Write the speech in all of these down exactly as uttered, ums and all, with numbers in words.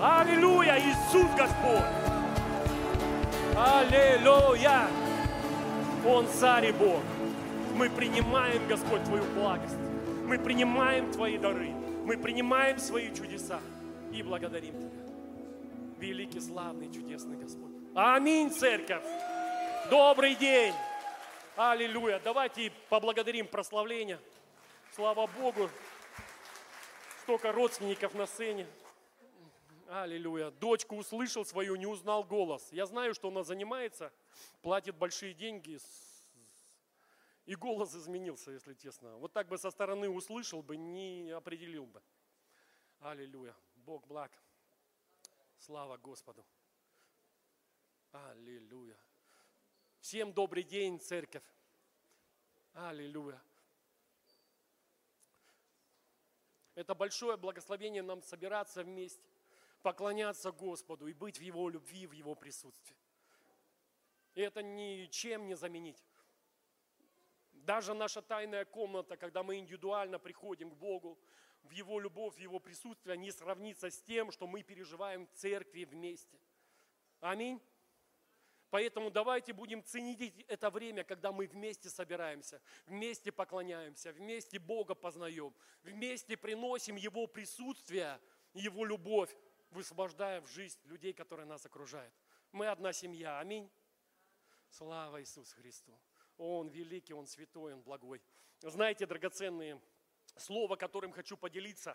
Аллилуйя, Иисус Господь. Аллилуйя. Он царь и Бог. Мы принимаем, Господь, Твою благость. Мы принимаем Твои дары. Мы принимаем свои чудеса и благодарим Тебя. Великий, славный, чудесный Господь. Аминь, церковь. Добрый день. Аллилуйя. Давайте поблагодарим прославление. Слава Богу. Столько родственников на сцене. Аллилуйя. Дочку услышал свою, не узнал голос. Я знаю, что она занимается, платит большие деньги. И голос изменился, если честно. Вот так бы со стороны услышал бы, не определил бы. Аллилуйя. Бог благ. Слава Господу. Аллилуйя. Всем добрый день, церковь. Аллилуйя. Это большое благословение нам собираться вместе, поклоняться Господу и быть в Его любви, в Его присутствии. И это ничем не заменить. Даже наша тайная комната, когда мы индивидуально приходим к Богу, в Его любовь, в Его присутствие, не сравнится с тем, что мы переживаем в церкви вместе. Аминь. Поэтому давайте будем ценить это время, когда мы вместе собираемся, вместе поклоняемся, вместе Бога познаем, вместе приносим Его присутствие, Его любовь, высвобождая в жизнь людей, которые нас окружают. Мы одна семья. Аминь. Слава Иисусу Христу. Он великий, Он святой, Он благой. Знаете, драгоценные, слово, которым хочу поделиться,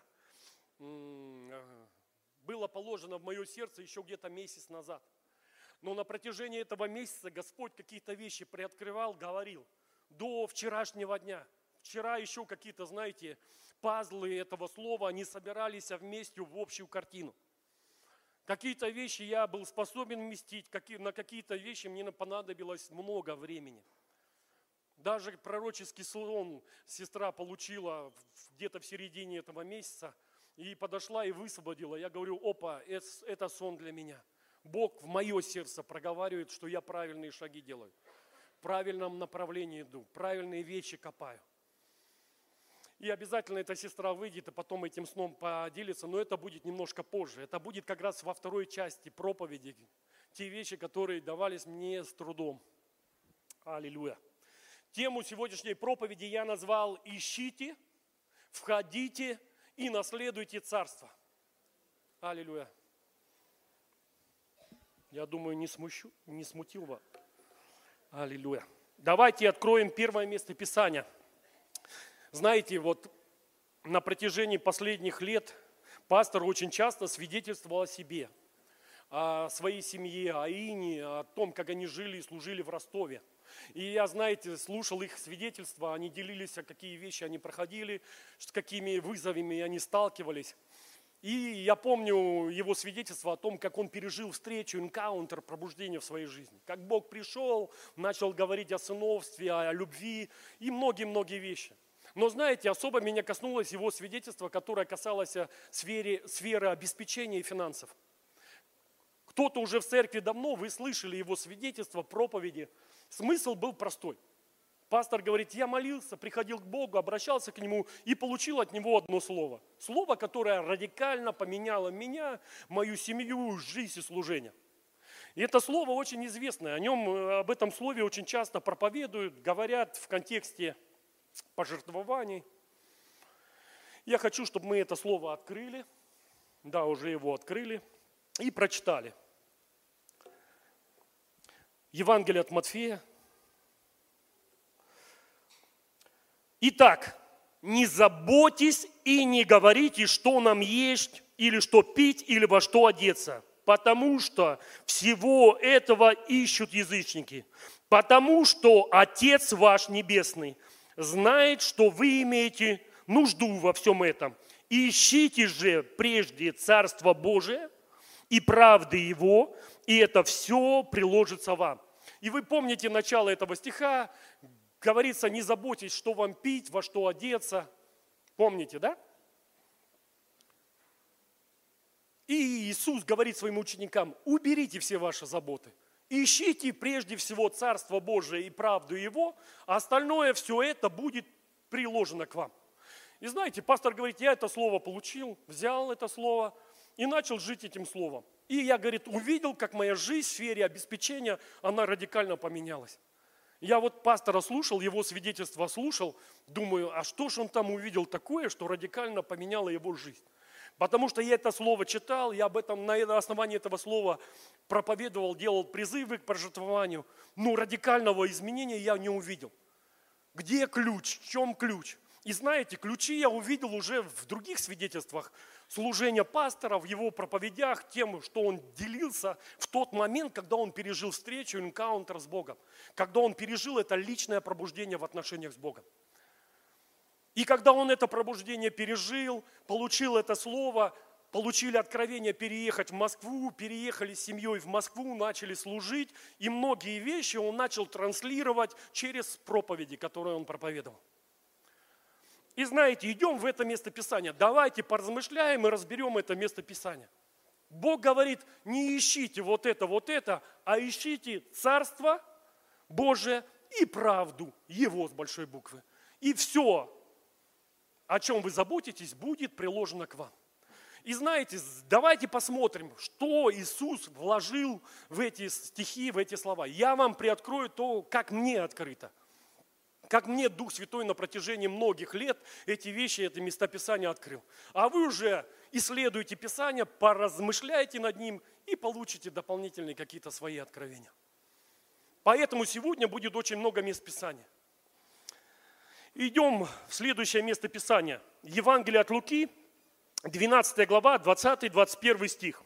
было положено в мое сердце еще где-то месяц назад. Но на протяжении этого месяца Господь какие-то вещи приоткрывал, говорил. До вчерашнего дня. Вчера еще какие-то, знаете, пазлы этого слова, они собирались вместе в общую картину. Какие-то вещи я был способен вместить, на какие-то вещи мне понадобилось много времени. Даже пророческий сон сестра получила где-то в середине этого месяца и подошла и высвободила. Я говорю, опа, это сон для меня. Бог в мое сердце проговаривает, что я правильные шаги делаю. В правильном направлении иду, правильные вещи копаю. И обязательно эта сестра выйдет и потом этим сном поделится, но это будет немножко позже. Это будет как раз во второй части проповеди. Те вещи, которые давались мне с трудом. Аллилуйя. Тему сегодняшней проповеди я назвал «Ищите, входите и наследуйте царство». Аллилуйя. Я думаю, не смущу, не смутил вас. Аллилуйя. Давайте откроем первое место Писания. Знаете, вот на протяжении последних лет пастор очень часто свидетельствовал о себе, о своей семье, о Ине, о том, как они жили и служили в Ростове. И я, знаете, слушал их свидетельства, они делились, о какие вещи они проходили, с какими вызовами они сталкивались. И я помню его свидетельство о том, как он пережил встречу, энкаунтер, пробуждение в своей жизни. Как Бог пришел, начал говорить о сыновстве, о любви и многие-многие вещи. Но знаете, особо меня коснулось его свидетельства, которое касалось сферы, сферы обеспечения и финансов. Кто-то уже в церкви давно, вы слышали его свидетельство, проповеди. Смысл был простой. Пастор говорит, я молился, приходил к Богу, обращался к Нему и получил от Него одно слово. Слово, которое радикально поменяло меня, мою семью, жизнь и служение. И это слово очень известное. О нем, об этом слове очень часто проповедуют, говорят в контексте пожертвований. Я хочу, чтобы мы это слово открыли. Да, уже его открыли. И прочитали. Евангелие от Матфея. Итак, не заботьтесь и не говорите, что нам есть, или что пить, или во что одеться, потому что всего этого ищут язычники, потому что Отец ваш Небесный знает, что вы имеете нужду во всем этом. Ищите же прежде Царство Божие и правды Его, и это все приложится вам. И вы помните начало этого стиха, говорится, не заботьтесь, что вам пить, во что одеться. Помните, да? И Иисус говорит своим ученикам, уберите все ваши заботы. Ищите прежде всего Царство Божие и правду Его, а остальное все это будет приложено к вам. И знаете, пастор говорит, я это слово получил, взял это слово, и начал жить этим словом. И я, говорит, увидел, как моя жизнь в сфере обеспечения, она радикально поменялась. Я вот пастора слушал, его свидетельство слушал, думаю, а что же он там увидел такое, что радикально поменяло его жизнь? Потому что я это слово читал, я об этом на основании этого слова проповедовал, делал призывы к пожертвованию, но радикального изменения я не увидел. Где ключ? В чем ключ? И знаете, ключи я увидел уже в других свидетельствах служения пастора, в его проповедях, тем, что он делился в тот момент, когда он пережил встречу, энкаунтер с Богом, когда он пережил это личное пробуждение в отношениях с Богом. И когда он это пробуждение пережил, получил это слово, получили откровение переехать в Москву, переехали с семьей в Москву, начали служить, и многие вещи он начал транслировать через проповеди, которые он проповедовал. И знаете, идем в это место Писания. Давайте поразмышляем и разберем это место Писания. Бог говорит, не ищите вот это, вот это, а ищите Царство Божие и правду Его с большой буквы. И все, о чем вы заботитесь, будет приложено к вам. И знаете, давайте посмотрим, что Иисус вложил в эти стихи, в эти слова. Я вам приоткрою то, как мне открыто. Как мне Дух Святой на протяжении многих лет эти вещи, это местописание открыл. А вы уже исследуйте Писание, поразмышляйте над ним и получите дополнительные какие-то свои откровения. Поэтому сегодня будет очень много мест Писания. Идем в следующее место Писания. Евангелие от Луки, двенадцатая глава, двадцатый-двадцать первый стих.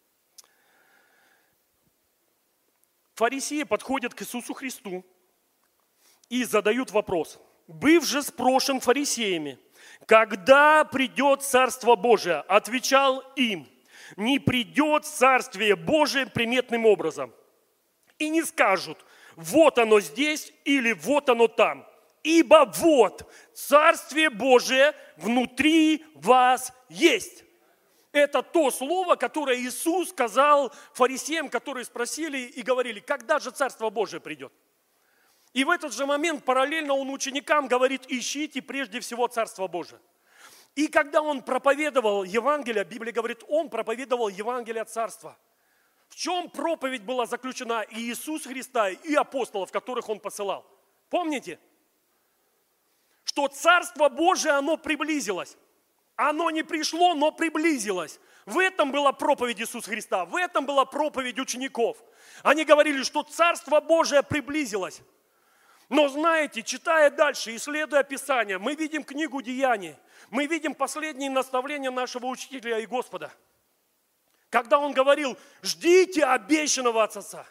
Фарисеи подходят к Иисусу Христу и задают вопрос. «Быв же спрошен фарисеями, когда придет Царство Божие?» Отвечал им: «Не придет Царствие Божие приметным образом. И не скажут, вот оно здесь или вот оно там. Ибо вот Царствие Божие внутри вас есть». Это то слово, которое Иисус сказал фарисеям, которые спросили и говорили, когда же Царство Божие придет. И в этот же момент параллельно он ученикам говорит, ищите прежде всего Царство Божие. И когда он проповедовал Евангелие, Библия говорит, он проповедовал Евангелие Царства. В чем проповедь была заключена и Иисуса Христа, и апостолов, которых он посылал? Помните? Что Царство Божие, оно приблизилось. Оно не пришло, но приблизилось. В этом была проповедь Иисуса Христа, в этом была проповедь учеников. Они говорили, что Царство Божие приблизилось. Но знаете, читая дальше, исследуя Писание, мы видим книгу Деяний, мы видим последние наставления нашего Учителя и Господа. Когда Он говорил, ждите обещанного от Отца.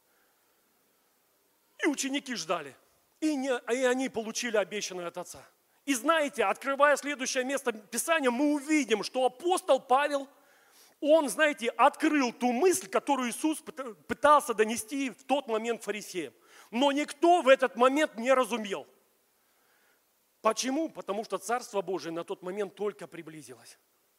И ученики ждали, и, не, и они получили обещанное от Отца. И знаете, открывая следующее место Писания, мы увидим, что апостол Павел, он, знаете, открыл ту мысль, которую Иисус пытался донести в тот момент фарисеям. Но никто в этот момент не разумел. Почему? Потому что Царство Божие на тот момент только приблизилось.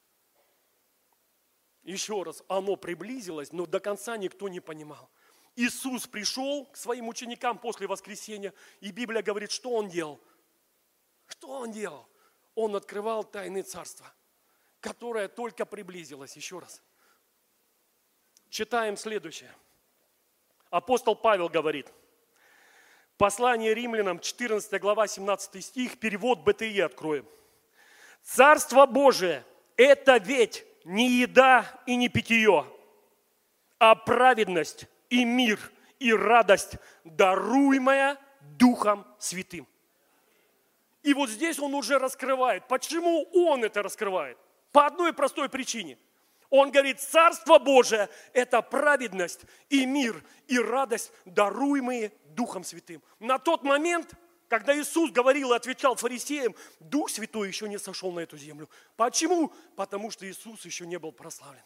Еще раз, оно приблизилось, но до конца никто не понимал. Иисус пришел к своим ученикам после воскресения, и Библия говорит, что Он делал? Что Он делал? Он открывал тайны Царства, которое только приблизилось. Еще раз. Читаем следующее. Апостол Павел говорит, послание римлянам, четырнадцатая глава, семнадцатый стих, перевод бэ тэ и откроем. «Царство Божие – это ведь не еда и не питье, а праведность и мир и радость, даруемая Духом Святым». И вот здесь он уже раскрывает. Почему он это раскрывает? По одной простой причине. Он говорит, Царство Божие – это праведность и мир, и радость, даруемые Духом Святым. На тот момент, когда Иисус говорил и отвечал фарисеям, Дух Святой еще не сошел на эту землю. Почему? Потому что Иисус еще не был прославлен.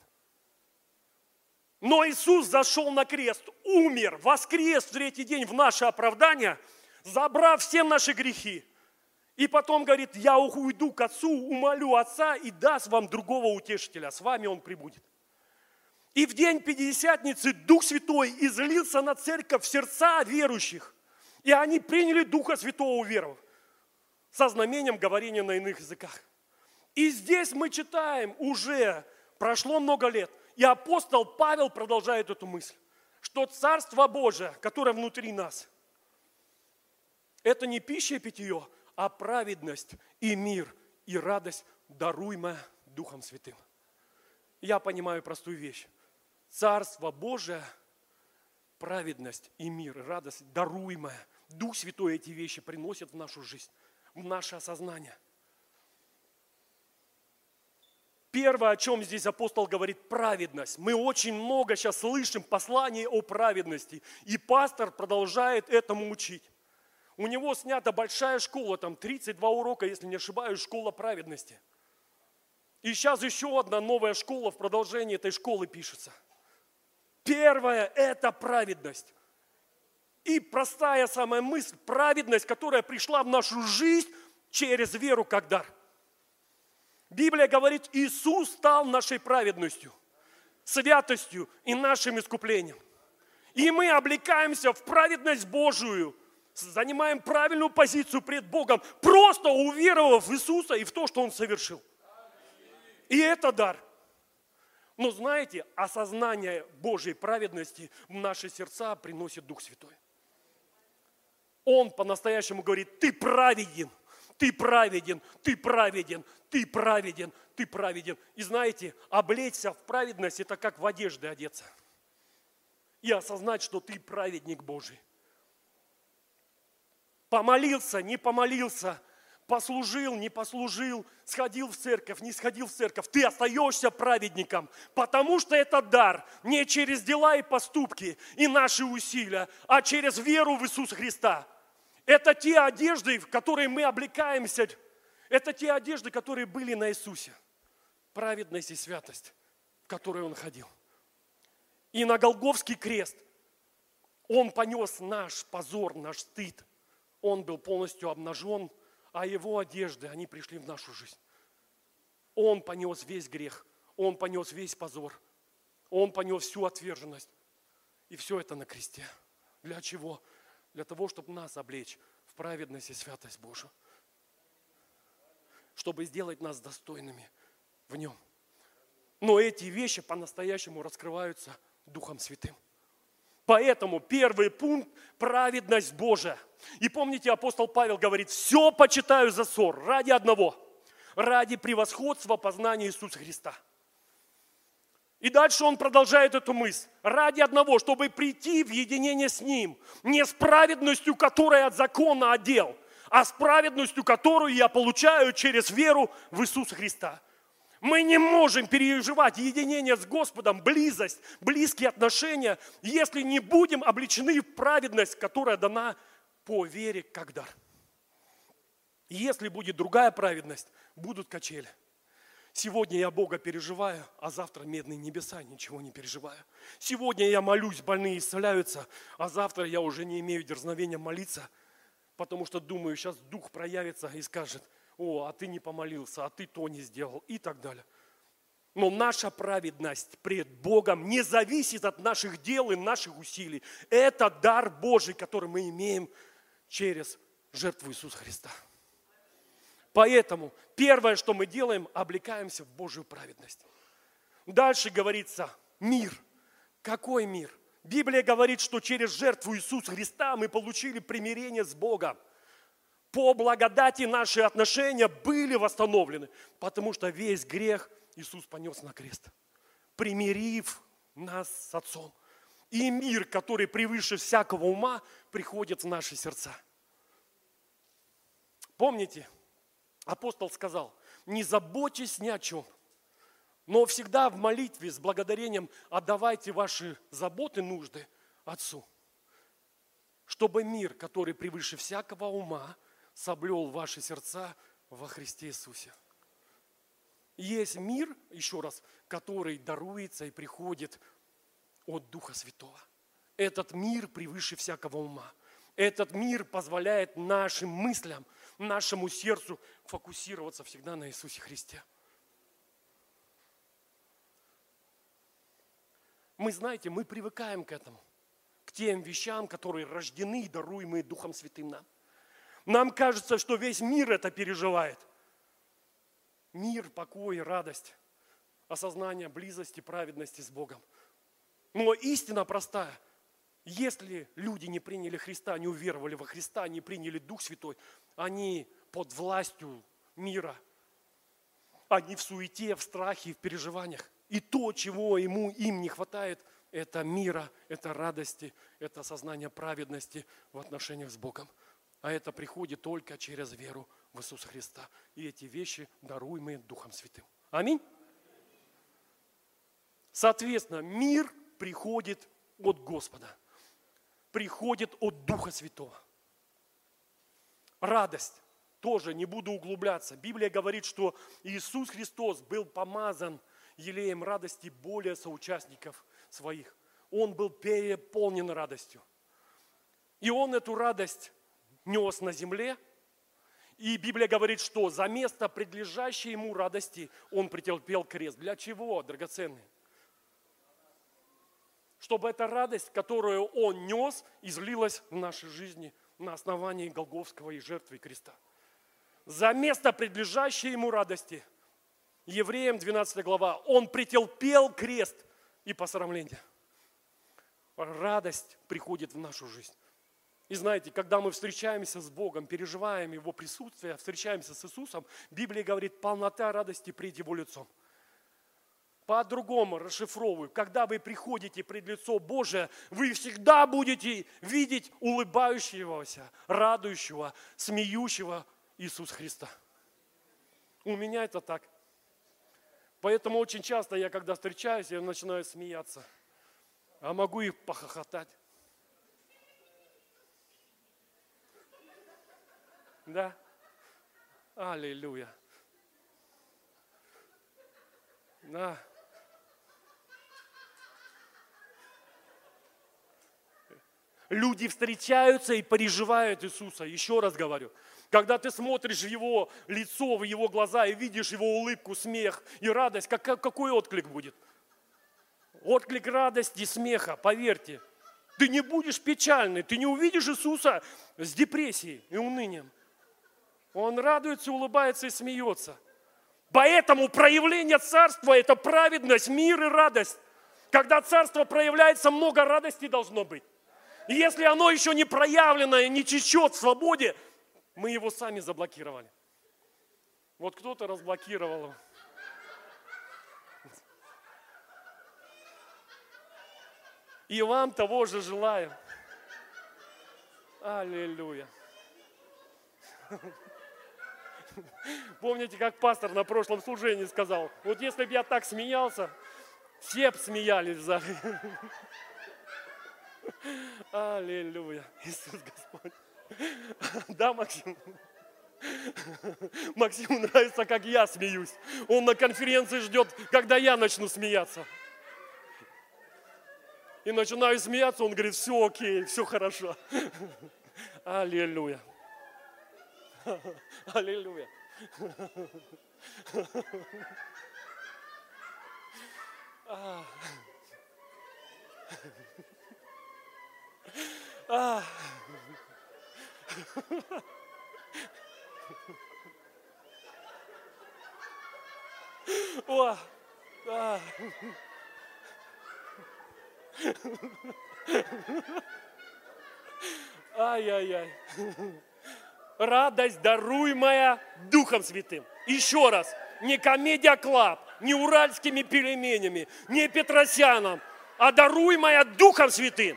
Но Иисус зашел на крест, умер, воскрес в третий день в наше оправдание, забрав все наши грехи. И потом говорит, я уйду к Отцу, умолю Отца и даст вам другого утешителя, с вами Он прибудет. И в день Пятидесятницы Дух Святой излился на церковь в сердца верующих. И они приняли Духа Святого, уверовав, со знамением говорения на иных языках. И здесь мы читаем уже Прошло много лет, и апостол Павел продолжает эту мысль, что Царство Божие, которое внутри нас, это не пища и питье, а праведность и мир, и радость, даруемая Духом Святым. Я понимаю простую вещь. Царство Божие, праведность и мир, и радость, даруемая. Дух Святой эти вещи приносит в нашу жизнь, в наше осознание. Первое, о чем здесь апостол говорит, праведность. Мы очень много сейчас слышим посланий о праведности. И пастор продолжает этому учить. У него снята большая школа, там тридцать два урока, если не ошибаюсь, школа праведности. И сейчас еще одна новая школа в продолжении этой школы пишется. Первое – это праведность. И простая самая мысль, праведность, которая пришла в нашу жизнь через веру как дар. Библия говорит, Иисус стал нашей праведностью, святостью и нашим искуплением. И мы облекаемся в праведность Божию, занимаем правильную позицию пред Богом, просто уверовав в Иисуса и в то, что Он совершил. И это дар. Но знаете, осознание Божьей праведности в наши сердца приносит Дух Святой. Он по-настоящему говорит, ты праведен. Ты праведен, ты праведен, ты праведен, ты праведен. И знаете, облечься в праведность – это как в одежды одеться. И осознать, что ты праведник Божий. Помолился, не помолился, послужил, не послужил, сходил в церковь, не сходил в церковь. Ты остаешься праведником, потому что это дар не через дела и поступки и наши усилия, а через веру в Иисуса Христа. Это те одежды, в которые мы облекаемся. Это те одежды, которые были на Иисусе. Праведность и святость, в которой Он ходил. И на Голгофский крест Он понес наш позор, наш стыд. Он был полностью обнажен, а Его одежды, они пришли в нашу жизнь. Он понес весь грех, Он понес весь позор, Он понес всю отверженность. И все это на кресте. Для чего? Для того, чтобы нас облечь в праведность и святость Божию. Чтобы сделать нас достойными в Нем. Но эти вещи по-настоящему раскрываются Духом Святым. Поэтому первый пункт – праведность Божия. И помните, апостол Павел говорит, все почитаю за ссор ради одного, ради превосходства познания Иисуса Христа. И дальше он продолжает эту мысль. Ради одного, чтобы прийти в единение с Ним. Не с праведностью, которая от закона одел, а с праведностью, которую я получаю через веру в Иисуса Христа. Мы не можем переживать единение с Господом, близость, близкие отношения, если не будем облечены в праведность, которая дана по вере как дар. Если будет другая праведность, будут качели. Сегодня я Бога переживаю, а завтра медные небеса, ничего не переживаю. Сегодня я молюсь, больные исцеляются, а завтра я уже не имею дерзновения молиться, потому что думаю, сейчас Дух проявится и скажет, о, а ты не помолился, а ты то не сделал и так далее. Но наша праведность пред Богом не зависит от наших дел и наших усилий. Это дар Божий, который мы имеем через жертву Иисуса Христа. Поэтому первое, что мы делаем, облекаемся в Божию праведность. Дальше говорится мир. Какой мир? Библия говорит, что через жертву Иисуса Христа мы получили примирение с Богом. По благодати наши отношения были восстановлены, потому что весь грех Иисус понес на крест, примирив нас с Отцом. И мир, который превыше всякого ума, приходит в наши сердца. Помните? Апостол сказал, не заботьтесь ни о чем, но всегда в молитве с благодарением отдавайте ваши заботы, нужды Отцу, чтобы мир, который превыше всякого ума, соблюл ваши сердца во Христе Иисусе. Есть мир, еще раз, который даруется и приходит от Духа Святого. Этот мир превыше всякого ума. Этот мир позволяет нашим мыслям, нашему сердцу фокусироваться всегда на Иисусе Христе. Мы, знаете, мы привыкаем к этому, к тем вещам, которые рождены и даруемые Духом Святым нам. Нам кажется, что весь мир это переживает. Мир, покой, радость. осознание близости, праведности с Богом. Но истина простая. Если люди не приняли Христа, не уверовали во Христа, не приняли Дух Святой, они под властью мира. Они в суете, в страхе, в переживаниях. И то, чего ему, им не хватает, это мира, это радости, это осознание праведности в отношениях с Богом. А это приходит только через веру в Иисуса Христа. И эти вещи даруемые Духом Святым. Аминь. Соответственно, мир приходит от Господа. Приходит от Духа Святого. Радость. Тоже не буду углубляться. Библия говорит, что Иисус Христос был помазан елеем радости более соучастников своих. Он был переполнен радостью. И Он эту радость нес на земле. И Библия говорит, что за место предлежащей Ему радости Он претерпел крест. Для чего, драгоценные? Чтобы эта радость, которую Он нес, излилась в нашей жизни на основании Голгофского и жертвы и креста. За место предлежащей Ему радости, Евреям двенадцатая глава, Он претерпел крест и посрамление. Радость приходит в нашу жизнь. И знаете, когда мы встречаемся с Богом, переживаем Его присутствие, встречаемся с Иисусом, Библия говорит, полнота радости пред Его лицом. По-другому расшифровываю. Когда вы приходите пред лицо Божие, вы всегда будете видеть улыбающегося, радующего, смеющего Иисуса Христа. У меня это так. Поэтому очень часто я, когда встречаюсь, я начинаю смеяться. А могу и похохотать. Да? Аллилуйя. Да. Люди встречаются и переживают Иисуса. Еще раз говорю. Когда ты смотришь в Его лицо, в Его глаза и видишь Его улыбку, смех и радость, как, какой отклик будет? Отклик радости и смеха, поверьте. Ты не будешь печальный, ты не увидишь Иисуса с депрессией и унынием. Он радуется, улыбается и смеется. Поэтому проявление царства – это праведность, мир и радость. Когда царство проявляется, много радости должно быть. И если оно еще не проявлено и не течет в свободе, мы его сами заблокировали. Вот кто-то разблокировал его. И вам того же желаю. Аллилуйя. Помните, как пастор на прошлом служении сказал, вот если бы я так смеялся, все бы смеялись в зале. Аллилуйя. Иисус Господь. Да, Максим? Максиму нравится, как я смеюсь. Он на конференции ждет, когда я начну смеяться. И начинаю смеяться, он говорит, все окей, все хорошо. Аллилуйя. Аллилуйя. А. А. О. А. Ай-яй-яй. Радость, даруемая Духом Святым. Еще раз, не Комедия Клаб, не уральскими пельменями, не Петросяном, а даруемая Духом Святым.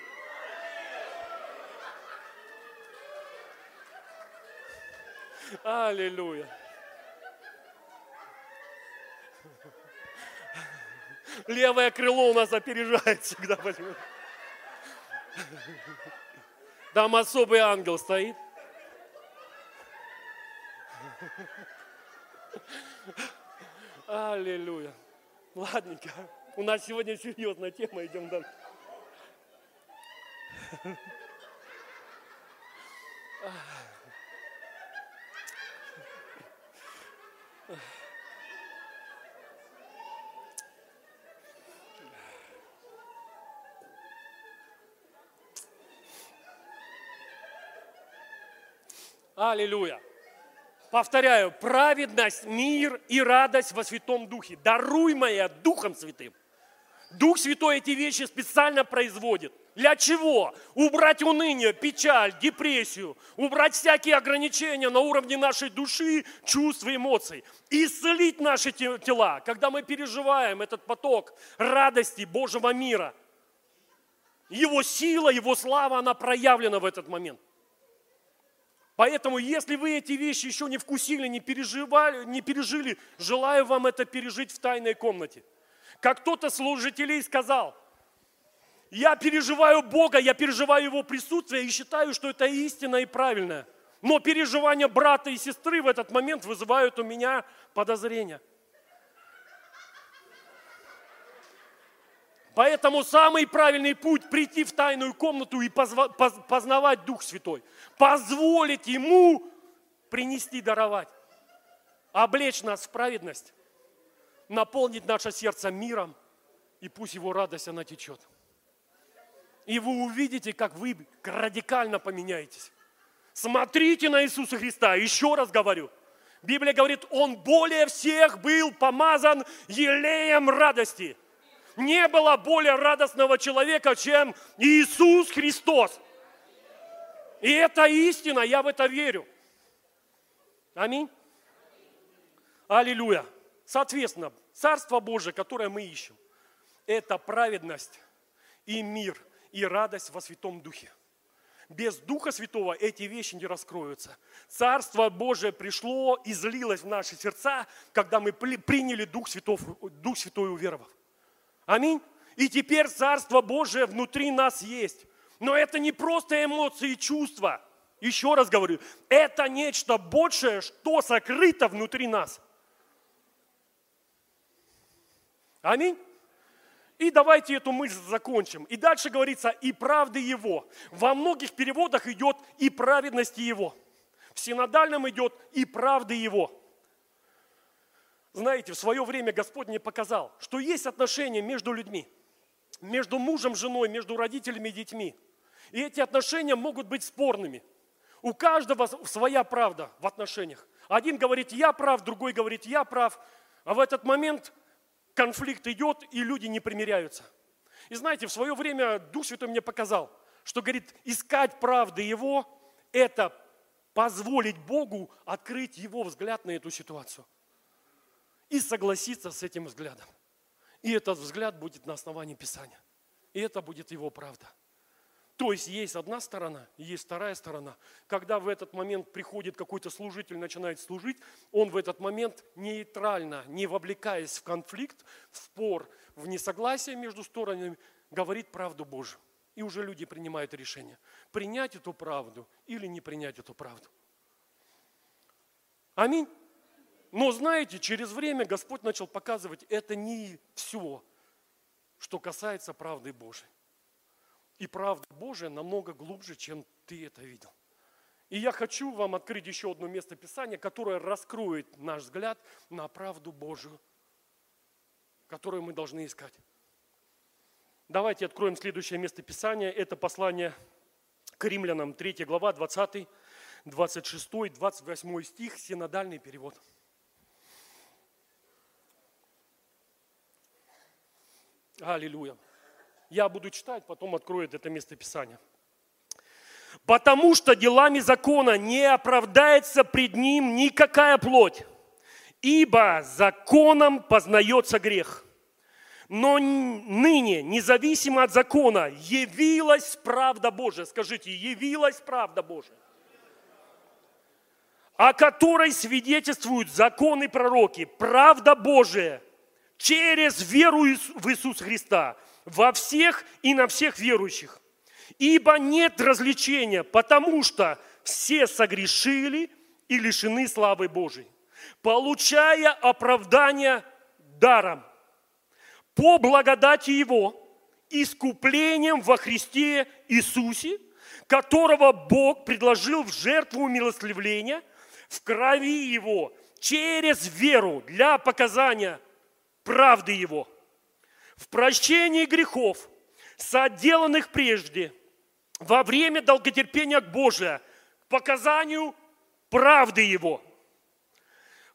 Аллилуйя. Левое крыло у нас опережает всегда. Там особый ангел стоит. Аллилуйя. Ладненько. У нас сегодня серьезная тема. Идем дальше. Аллилуйя. Повторяю, праведность, мир и радость во Святом Духе, даруемая Духом Святым. Дух Святой эти вещи специально производит. Для чего? Убрать уныние, печаль, депрессию, убрать всякие ограничения на уровне нашей души, чувств и эмоций. Исцелить наши тела, когда мы переживаем этот поток радости Божьего мира. Его сила, Его слава, она проявлена в этот момент. Поэтому, если вы эти вещи еще не вкусили, не переживали, не пережили, желаю вам это пережить в тайной комнате. Как кто-то из служителей сказал, я переживаю Бога, я переживаю Его присутствие и считаю, что это истина и правильно. Но переживания брата и сестры в этот момент вызывают у меня подозрения. Поэтому самый правильный путь – прийти в тайную комнату и познавать Дух Святой. Позволить Ему принести, даровать. Облечь нас в праведность, наполнить наше сердце миром, и пусть Его радость, она течет. И вы увидите, как вы радикально поменяетесь. Смотрите на Иисуса Христа, еще раз говорю. Библия говорит, Он более всех был помазан елеем радости. Не было более радостного человека, чем Иисус Христос. И это истина, я в это верю. Аминь. Аллилуйя. Соответственно, Царство Божие, которое мы ищем, это праведность и мир, и радость во Святом Духе. Без Духа Святого эти вещи не раскроются. Царство Божие пришло, излилось в наши сердца, когда мы приняли Дух Святой, Дух Святой уверовав. Аминь. И теперь Царство Божие внутри нас есть. Но это не просто эмоции и чувства. Еще раз говорю, это нечто большее, что сокрыто внутри нас. Аминь. И давайте эту мысль закончим. И дальше говорится, и правды Его. Во многих переводах идет и праведности Его. В синодальном идет и правды Его. Знаете, в свое время Господь мне показал, что есть отношения между людьми, между мужем, женой, между родителями и детьми. И эти отношения могут быть спорными. У каждого своя правда в отношениях. Один говорит, я прав, другой говорит, я прав. А в этот момент конфликт идет, и люди не примиряются. И знаете, в свое время Дух Святой мне показал, что, говорит, искать правды Его – это позволить Богу открыть Его взгляд на эту ситуацию. И согласиться с этим взглядом. И этот взгляд будет на основании Писания. И это будет Его правда. То есть есть одна сторона, и есть вторая сторона. Когда в этот момент приходит какой-то служитель, начинает служить, он в этот момент нейтрально, не вовлекаясь в конфликт, в спор, в несогласие между сторонами, говорит правду Божию. И уже люди принимают решение, принять эту правду или не принять эту правду. Аминь. Но знаете, через время Господь начал показывать, это не все, что касается правды Божией. И правда Божия намного глубже, чем ты это видел. И я хочу вам открыть еще одно место Писания, которое раскроет наш взгляд на правду Божию, которую мы должны искать. Давайте откроем следующее место Писания. Это послание к Римлянам, третья глава, двадцатый, двадцать шестой, двадцать восьмой стих, синодальный перевод. Аллилуйя. Я буду читать, потом откроет это место Писания. «Потому что делами закона не оправдается пред ним никакая плоть, ибо законом познается грех. Но ныне, независимо от закона, явилась правда Божия». Скажите, явилась правда Божия, о которой свидетельствуют законы и пророки. Правда Божия через веру в Иисуса Христа во всех и на всех верующих. Ибо нет развлечения, потому что все согрешили и лишены славы Божией, получая оправдание даром, по благодати Его, искуплением во Христе Иисусе, которого Бог предложил в жертву умилостивления в крови Его, через веру для показания правды Его, в прощении грехов, соделанных прежде, во время долготерпения Божия, к показанию правды Его.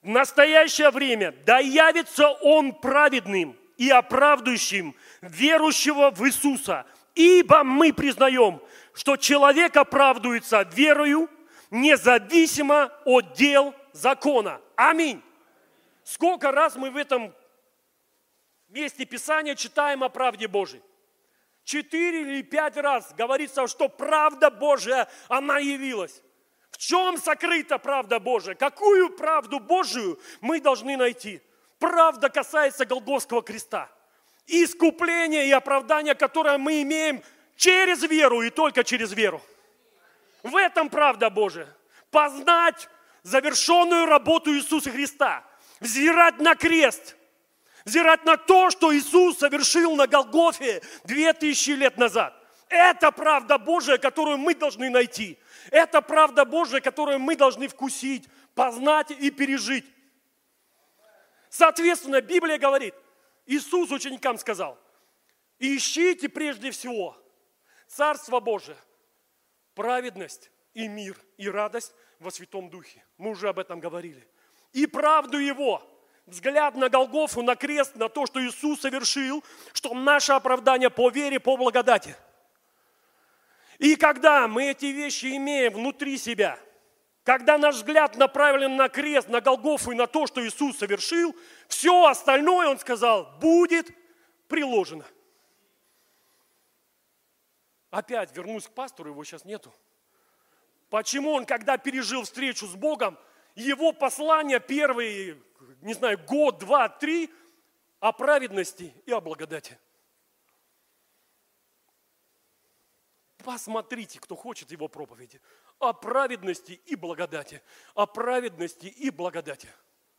в настоящее время да явится Он праведным и оправдывающим верующего в Иисуса. Ибо мы признаем, что человек оправдывается верою, независимо от дел закона. Аминь. Сколько раз мы в этом месте Писания читаем о правде Божией? Четыре или пять раз говорится, что правда Божия, она явилась. В чем сокрыта правда Божия? Какую правду Божию мы должны найти? Правда касается Голгофского креста. Искупление и оправдание, которое мы имеем через веру и только через веру. В этом правда Божия. Познать завершенную работу Иисуса Христа. Взирать на крест. Взирать на то, что Иисус совершил на Голгофе две тысячи лет назад. Это правда Божия, которую мы должны найти. Это правда Божия, которую мы должны вкусить, познать и пережить. Соответственно, Библия говорит, Иисус ученикам сказал, ищите прежде всего Царство Божие, праведность и мир, и радость во Святом Духе. Мы уже об этом говорили. И правду Его, взгляд на Голгофу, на крест, на то, что Иисус совершил, что наше оправдание по вере, по благодати. И когда мы эти вещи имеем внутри себя, когда наш взгляд направлен на крест, на Голгофу и на то, что Иисус совершил, все остальное, Он сказал, будет приложено. Опять вернусь к пастору, его сейчас нету. Почему он, когда пережил встречу с Богом, его послание первый, не знаю, год, два, три, о праведности и о благодати. Посмотрите, кто хочет его проповеди, о праведности и благодати, о праведности и благодати.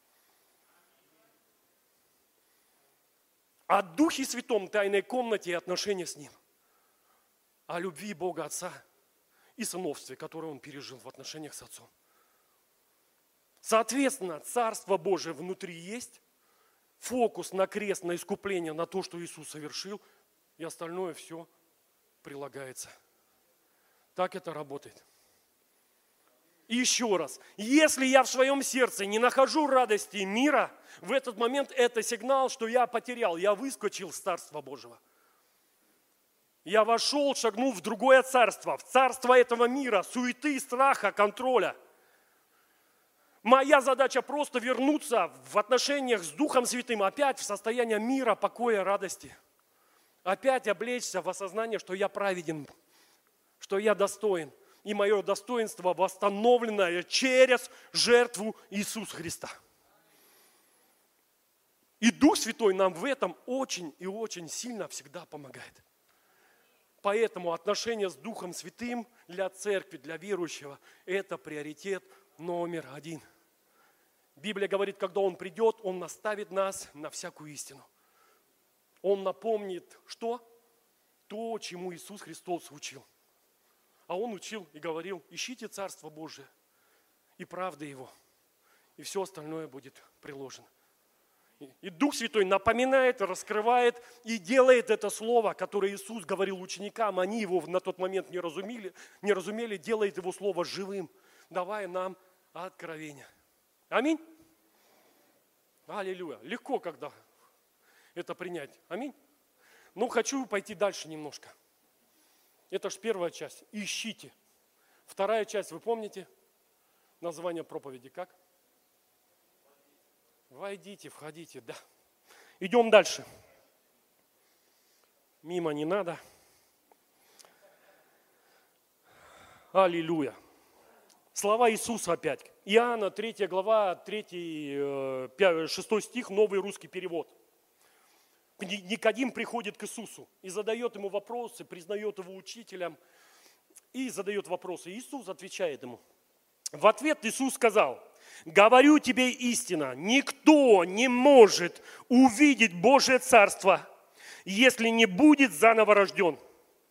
О Духе Святом, тайной комнате и отношения с Ним. О любви Бога Отца и сыновстве, которое Он пережил в отношениях с Отцом. Соответственно, Царство Божие внутри есть, фокус на крест, на искупление, на то, что Иисус совершил, и остальное все прилагается. Так это работает. И еще раз, если я в своем сердце не нахожу радости и мира, в этот момент это сигнал, что я потерял, я выскочил с Царства Божьего. Я вошел, шагнул в другое царство, в царство этого мира, суеты, страха, контроля. Моя задача просто вернуться в отношениях с Духом Святым опять в состояние мира, покоя, радости. Опять облечься в осознание, что я праведен, что я достоин. И мое достоинство восстановлено через жертву Иисуса Христа. И Дух Святой нам в этом очень и очень сильно всегда помогает. Поэтому отношения с Духом Святым для церкви, для верующего – это приоритет номер один. Библия говорит, когда Он придет, Он наставит нас на всякую истину. Он напомнит, что? То, чему Иисус Христос учил. А Он учил и говорил, ищите Царство Божие и правды Его, и все остальное будет приложено. И Дух Святой напоминает, раскрывает и делает это слово, которое Иисус говорил ученикам, они его на тот момент не разумели, не разумели, делает его слово живым, давая нам откровение. Аминь. Аллилуйя. Легко, когда это принять. Аминь. Но хочу пойти дальше немножко. Это же первая часть. Ищите. Вторая часть, вы помните? Название проповеди как? Войдите, входите, да. Идем дальше. Мимо не надо. Аллилуйя. Слова Иисуса опять. Иоанна, третья глава, третий, шестой стих, новый русский перевод. Никодим приходит к Иисусу и задает ему вопросы, признает его учителем и задает вопросы. Иисус отвечает ему. В ответ Иисус сказал, говорю тебе истина, никто не может увидеть Божие Царство, если не будет заново рожден.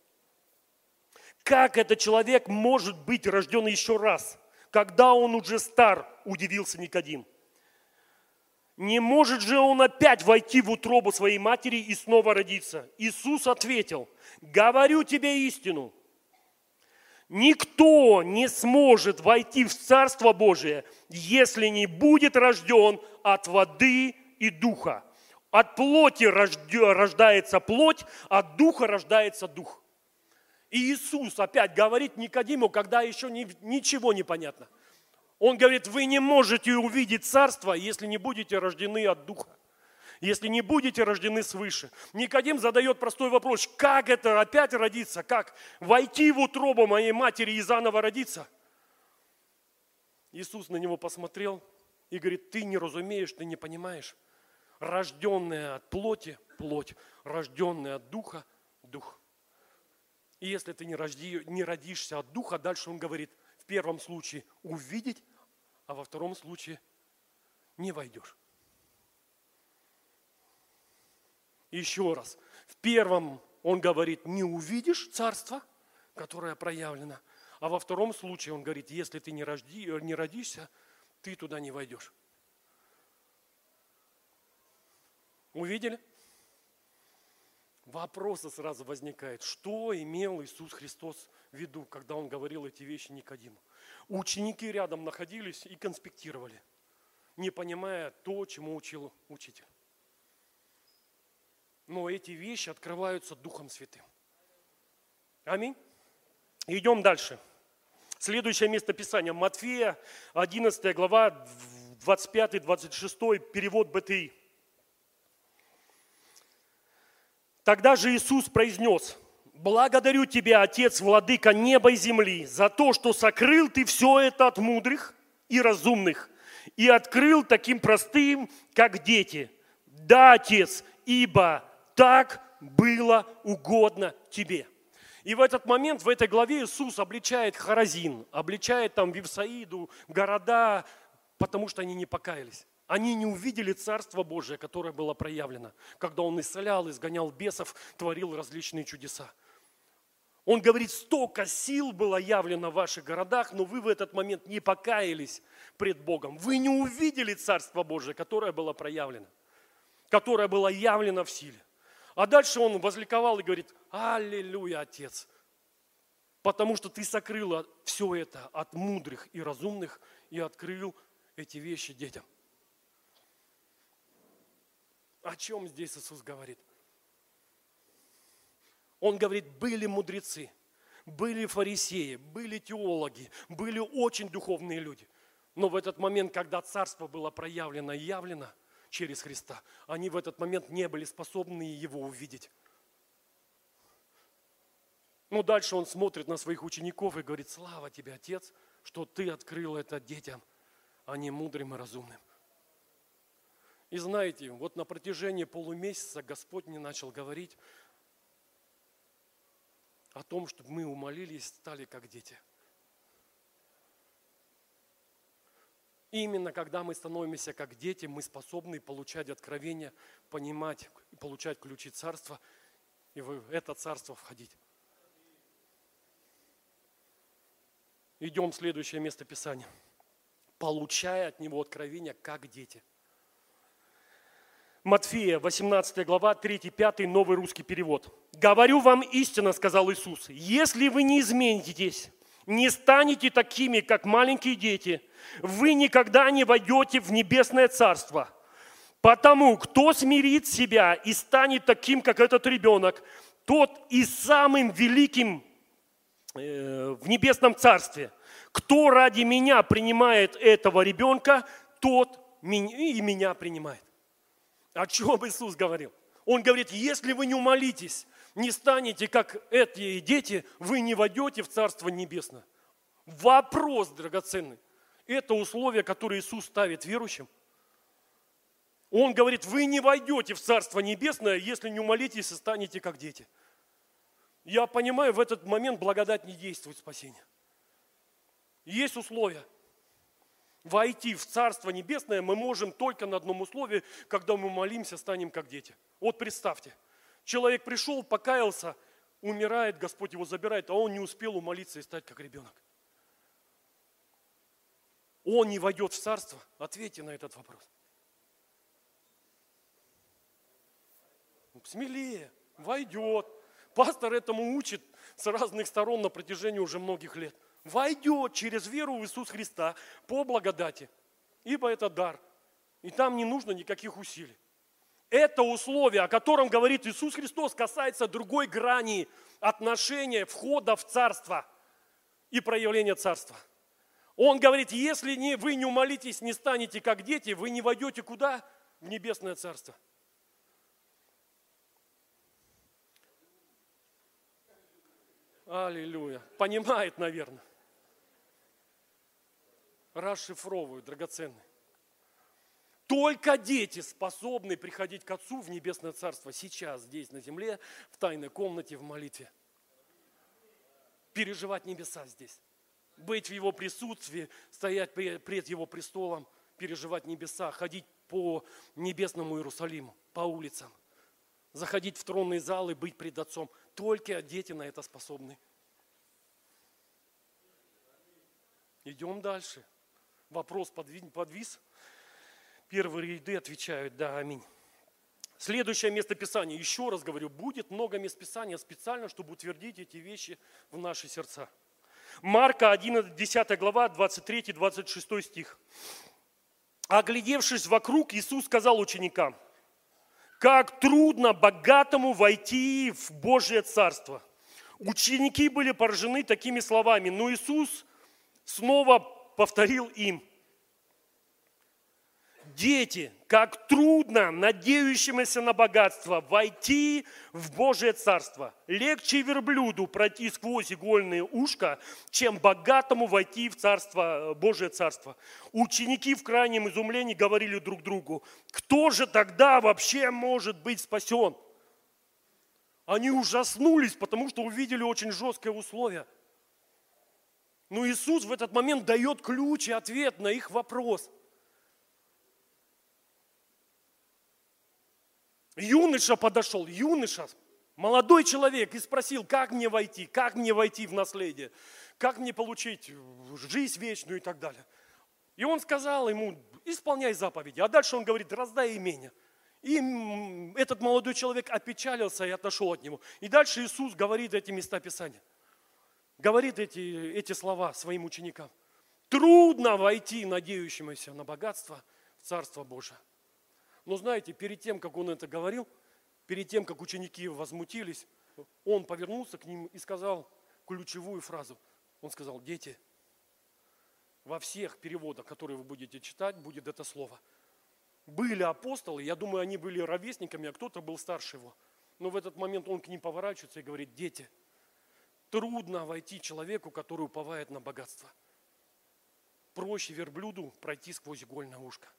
Как этот человек может быть рожден еще раз, когда он уже стар, удивился Никодим. Не может же он опять войти в утробу своей матери и снова родиться? Иисус ответил, говорю тебе истину. Никто не сможет войти в Царство Божие, если не будет рожден от воды и духа. От плоти рождается плоть, от духа рождается дух. И Иисус опять говорит Никодиму, когда еще ничего не понятно. Он говорит, вы не можете увидеть царство, если не будете рождены от духа, если не будете рождены свыше. Никодим задает простой вопрос, как это опять родиться, как войти в утробу моей матери и заново родиться? Иисус на него посмотрел и говорит, ты не разумеешь, ты не понимаешь. Рожденная от плоти – плоть, рожденная от духа – дух. И если ты не, рожди, не родишься от духа, дальше он говорит, в первом случае увидеть, а во втором случае не войдешь. Еще раз, в первом он говорит, не увидишь царство, которое проявлено, а во втором случае он говорит, если ты не, рожди, не родишься, ты туда не войдешь. Увидели? Вопросы сразу возникают. Что имел Иисус Христос в виду, когда Он говорил эти вещи Никодиму? Ученики рядом находились и конспектировали, не понимая то, чему учил учитель. Но эти вещи открываются Духом Святым. Аминь. Идем дальше. Следующее место Писания. Матфея, одиннадцатая глава, двадцать пятый двадцать шестой, перевод бэ тэ и. Тогда же Иисус произнес, «Благодарю Тебя, Отец, Владыка неба и земли, за то, что сокрыл Ты все это от мудрых и разумных, и открыл таким простым, как дети. Да, Отец, ибо так было угодно Тебе». И в этот момент, в этой главе Иисус обличает Хоразин, обличает там Вифсаиду, города, потому что они не покаялись. Они не увидели Царство Божие, которое было проявлено, когда Он исцелял, изгонял бесов, творил различные чудеса. Он говорит, столько сил было явлено в ваших городах, но вы в этот момент не покаялись пред Богом. Вы не увидели Царство Божие, которое было проявлено, которое было явлено в силе. А дальше Он возликовал и говорит, аллилуйя, Отец, потому что Ты сокрыл все это от мудрых и разумных и открыл эти вещи детям. О чем здесь Иисус говорит? Он говорит, были мудрецы, были фарисеи, были теологи, были очень духовные люди. Но в этот момент, когда царство было проявлено и явлено через Христа, они в этот момент не были способны его увидеть. Но дальше он смотрит на своих учеников и говорит, слава тебе, Отец, что ты открыл это детям, а не мудрым и разумным. И знаете, вот на протяжении полумесяца Господь мне начал говорить о том, чтобы мы умолились, стали как дети. И именно когда мы становимся как дети, мы способны получать откровения, понимать, получать ключи царства и в это царство входить. Идем в следующее место Писания. Получая от него откровения, как дети. Матфея, восемнадцатая глава, третий пятый, новый русский перевод. «Говорю вам истинно, сказал Иисус, если вы не изменитесь, не станете такими, как маленькие дети, вы никогда не войдете в небесное царство. Потому, кто смирит себя и станет таким, как этот ребенок, тот и самым великим э, в небесном царстве. Кто ради меня принимает этого ребенка, тот и меня принимает». О чем Иисус говорил? Он говорит, если вы не умолитесь, не станете, как эти дети, вы не войдете в Царство Небесное. Вопрос драгоценный. Это условие, которое Иисус ставит верующим. Он говорит, вы не войдете в Царство Небесное, если не умолитесь и станете, как дети. Я понимаю, в этот момент благодать не действует в спасении. Есть условия. Войти в Царство Небесное мы можем только на одном условии, когда мы молимся, станем как дети. Вот представьте, человек пришел, покаялся, умирает, Господь его забирает, а он не успел умолиться и стать как ребенок. Он не войдет в Царство? Ответьте на этот вопрос. Смелее, войдет. Пастор этому учит с разных сторон на протяжении уже многих лет. Войдет через веру в Иисуса Христа по благодати. ибо это дар. И там не нужно никаких усилий. Это условие, о котором говорит Иисус Христос, касается другой грани отношения входа в Царство и проявления Царства. Он говорит, если не, вы не умолитесь, не станете как дети, вы не войдете куда? В Небесное Царство. Аллилуйя. Понимает, наверное. Расшифровывают, драгоценные. Только дети способны приходить к Отцу в Небесное Царство сейчас, здесь, на земле, в тайной комнате, в молитве. Переживать небеса здесь. Быть в Его присутствии, стоять пред Его престолом, переживать небеса, ходить по небесному Иерусалиму, по улицам, заходить в тронный зал и быть пред Отцом. Только дети на это способны. Идем дальше. Вопрос подвис. Первые ряды отвечают, да, аминь. Следующее местописание, еще раз говорю, будет много мест Писания специально, чтобы утвердить эти вещи в наши сердца. Марка одиннадцать, десятая глава, двадцать третий двадцать шестой стих. Оглядевшись вокруг, Иисус сказал ученикам, как трудно богатому войти в Божье Царство. Ученики были поражены такими словами, но Иисус снова повторил им, дети, как трудно надеющимся на богатство войти в Божие Царство. Легче верблюду пройти сквозь игольное ушко, чем богатому войти в царство, Божие Царство. Ученики в крайнем изумлении говорили друг другу, кто же тогда вообще может быть спасен? Они ужаснулись, потому что увидели очень жесткое условие. Но Иисус в этот момент дает ключ и ответ на их вопрос. Юноша подошел, юноша, молодой человек, и спросил, как мне войти, как мне войти в наследие, как мне получить жизнь вечную и так далее. И он сказал ему, исполняй заповеди. А дальше он говорит, раздай имение. И этот молодой человек опечалился и отошел от него. И дальше Иисус говорит эти места Писания. Говорит эти, эти слова своим ученикам. Трудно войти надеющимся на богатство в Царство Божие. Но знаете, перед тем, как он это говорил, перед тем, как ученики возмутились, он повернулся к ним и сказал ключевую фразу. Он сказал, дети, во всех переводах, которые вы будете читать, будет это слово. Были апостолы, я думаю, они были ровесниками, а кто-то был старше его. Но в этот момент он к ним поворачивается и говорит, дети, трудно войти человеку, который уповает на богатство. Проще верблюду пройти сквозь игольное ушко.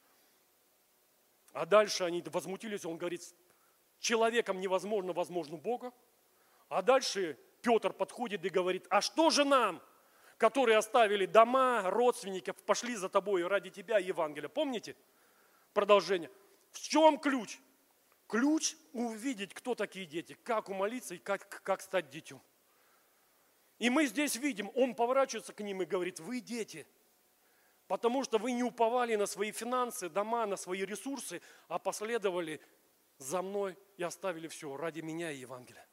А дальше они возмутились, он говорит, человеком невозможно, возможно Богу. А дальше Петр подходит и говорит, а что же нам, которые оставили дома, родственников, пошли за тобой ради тебя Евангелия? Помните продолжение? В чем ключ? Ключ увидеть, кто такие дети, как умолиться и как, как стать детем. И мы здесь видим, он поворачивается к ним и говорит, вы дети. Потому что вы не уповали на свои финансы, дома, на свои ресурсы, а последовали за мной и оставили все ради меня и Евангелия.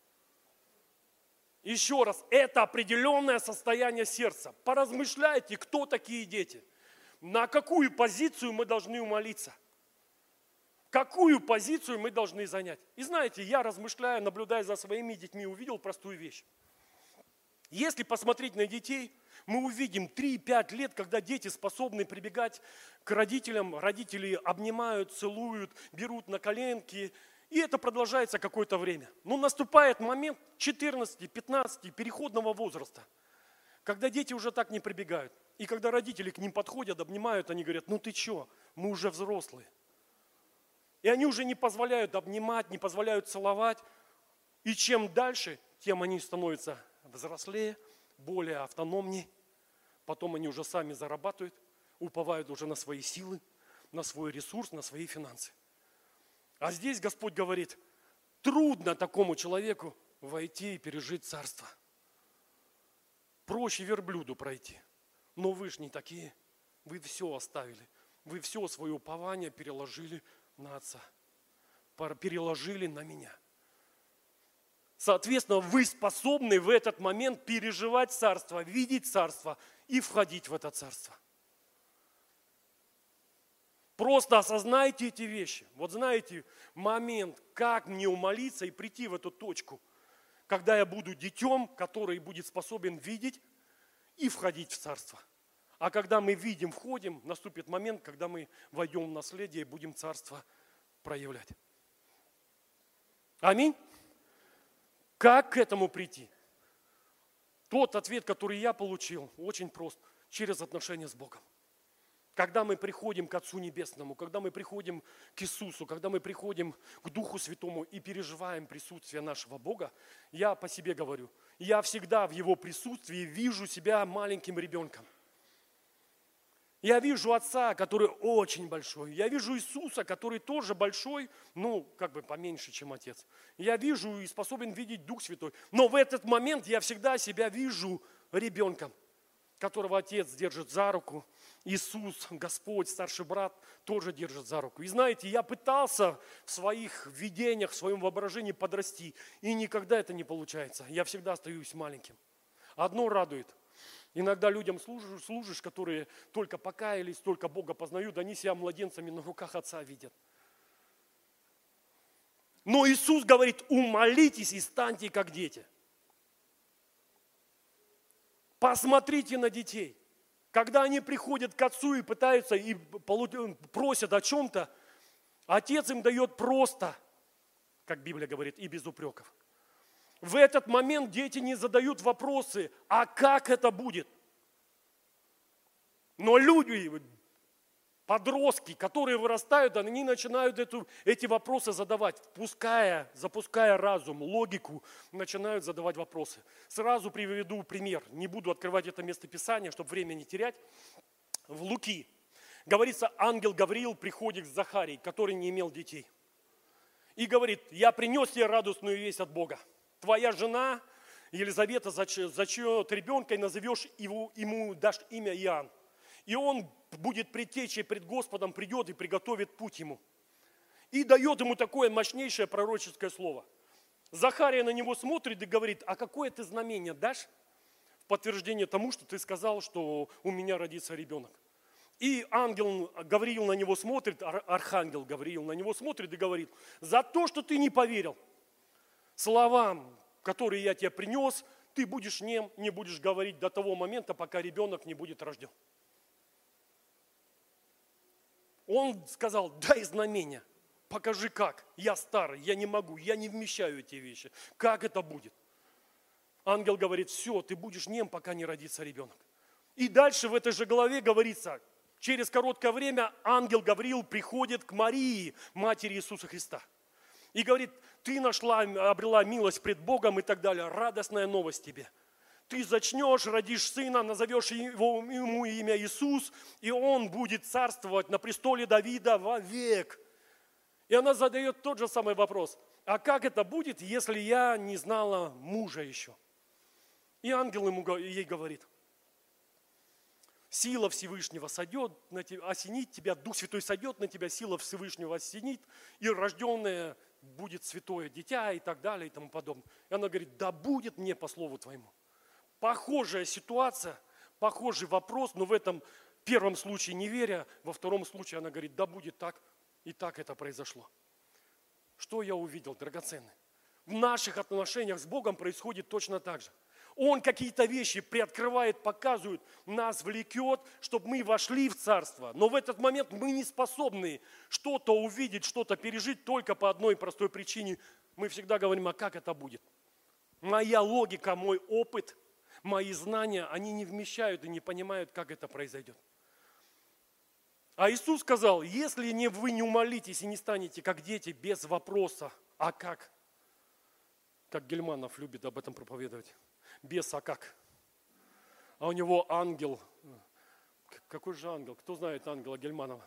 Еще раз, это определенное состояние сердца. Поразмышляйте, кто такие дети. На какую позицию мы должны умолиться. Какую позицию мы должны занять. И знаете, я размышляя, наблюдая за своими детьми, увидел простую вещь. Если посмотреть на детей, мы увидим три-пять лет, когда дети способны прибегать к родителям, родители обнимают, целуют, берут на коленки, и это продолжается какое-то время. Но наступает момент четырнадцати-пятнадцати переходного возраста, когда дети уже так не прибегают. И когда родители к ним подходят, обнимают, они говорят, ну ты что, мы уже взрослые. И они уже не позволяют обнимать, не позволяют целовать. И чем дальше, тем они становятся взрослее, более автономнее. Потом они уже сами зарабатывают, уповают уже на свои силы, на свой ресурс, на свои финансы. А здесь Господь говорит, трудно такому человеку войти и пережить царство. Проще верблюду пройти. Но вы ж не такие. Вы все оставили. Вы все свое упование переложили на Отца. Переложили на меня. Соответственно, вы способны в этот момент переживать царство, видеть царство и входить в это царство. Просто осознайте эти вещи. Вот знаете, момент, как мне умолиться и прийти в эту точку, когда я буду детем, который будет способен видеть и входить в Царство. А когда мы видим, входим, наступит момент, когда мы войдем в наследие и будем Царство проявлять. Аминь. Как к этому прийти? Тот ответ, который я получил, очень прост. Через отношения с Богом. Когда мы приходим к Отцу Небесному, когда мы приходим к Иисусу, когда мы приходим к Духу Святому и переживаем присутствие нашего Бога, я по себе говорю, я всегда в Его присутствии вижу себя маленьким ребенком. Я вижу Отца, который очень большой. Я вижу Иисуса, который тоже большой, ну, как бы поменьше, чем Отец. Я вижу и способен видеть Дух Святой. Но в этот момент я всегда себя вижу ребенком, которого Отец держит за руку. Иисус, Господь, старший брат тоже держит за руку. И знаете, я пытался в своих видениях, в своем воображении подрасти, и никогда это не получается. Я всегда остаюсь маленьким. Одно радует. Иногда людям служишь, служишь, которые только покаялись, только Бога познают, они себя младенцами на руках Отца видят. Но Иисус говорит, умолитесь и станьте как дети. Посмотрите на детей. Когда они приходят к Отцу и пытаются, и просят о чем-то, Отец им дает просто, как Библия говорит, и без упреков. В этот момент дети не задают вопросы, а как это будет? Но люди, подростки, которые вырастают, они начинают эту, эти вопросы задавать, впуская, запуская разум, логику, начинают задавать вопросы. Сразу приведу пример, не буду открывать это местописание, чтобы время не терять. В Луки говорится, ангел Гавриил приходит к Захарии, который не имел детей. И говорит, я принес тебе радостную весть от Бога. Твоя жена Елизавета зачнет ребенка и назовешь его, ему, дашь имя Иоанн. И он будет предтечей пред Господом, придет и приготовит путь ему. И дает ему такое мощнейшее пророческое слово. Захария на него смотрит и говорит, а какое ты знамение дашь в подтверждение тому, что ты сказал, что у меня родится ребенок? И ангел Гавриил на него смотрит, архангел Гавриил на него смотрит и говорит, за то, что ты не поверил словам, которые я тебе принес, ты будешь нем, не будешь говорить до того момента, пока ребенок не будет рожден. Он сказал, дай знамение, покажи как, я старый, я не могу, я не вмещаю эти вещи, как это будет? Ангел говорит, все, ты будешь нем, пока не родится ребенок. И дальше в этой же главе говорится, через короткое время ангел Гавриил приходит к Марии, матери Иисуса Христа. И говорит, ты нашла, обрела милость пред Богом и так далее. Радостная новость тебе. Ты зачнешь, родишь сына, назовешь его, ему имя Иисус, и он будет царствовать на престоле Давида вовек. И она задает тот же самый вопрос. А как это будет, если я не знала мужа еще? И ангел ему, ей говорит, сила Всевышнего сойдет на тебя, осенит тебя, Дух Святой сойдет на тебя, сила Всевышнего осенит, и рожденное будет святое дитя и так далее и тому подобное. И она говорит, да будет мне по слову твоему. Похожая ситуация, похожий вопрос, но в этом первом случае не веря, во втором случае она говорит, да будет так, и так это произошло. Что я увидел, драгоценный? В наших отношениях с Богом происходит точно так же. Он какие-то вещи приоткрывает, показывает, нас влекет, чтобы мы вошли в Царство. Но в этот момент мы не способны что-то увидеть, что-то пережить только по одной простой причине. Мы всегда говорим, а как это будет? Моя логика, мой опыт, мои знания, они не вмещают и не понимают, как это произойдет. А Иисус сказал, если не, вы не умолитесь и не станете как дети без вопроса, а как? Как Гельманов любит об этом проповедовать. Без а как? А у него ангел. Какой же ангел? Кто знает ангела Гельманова?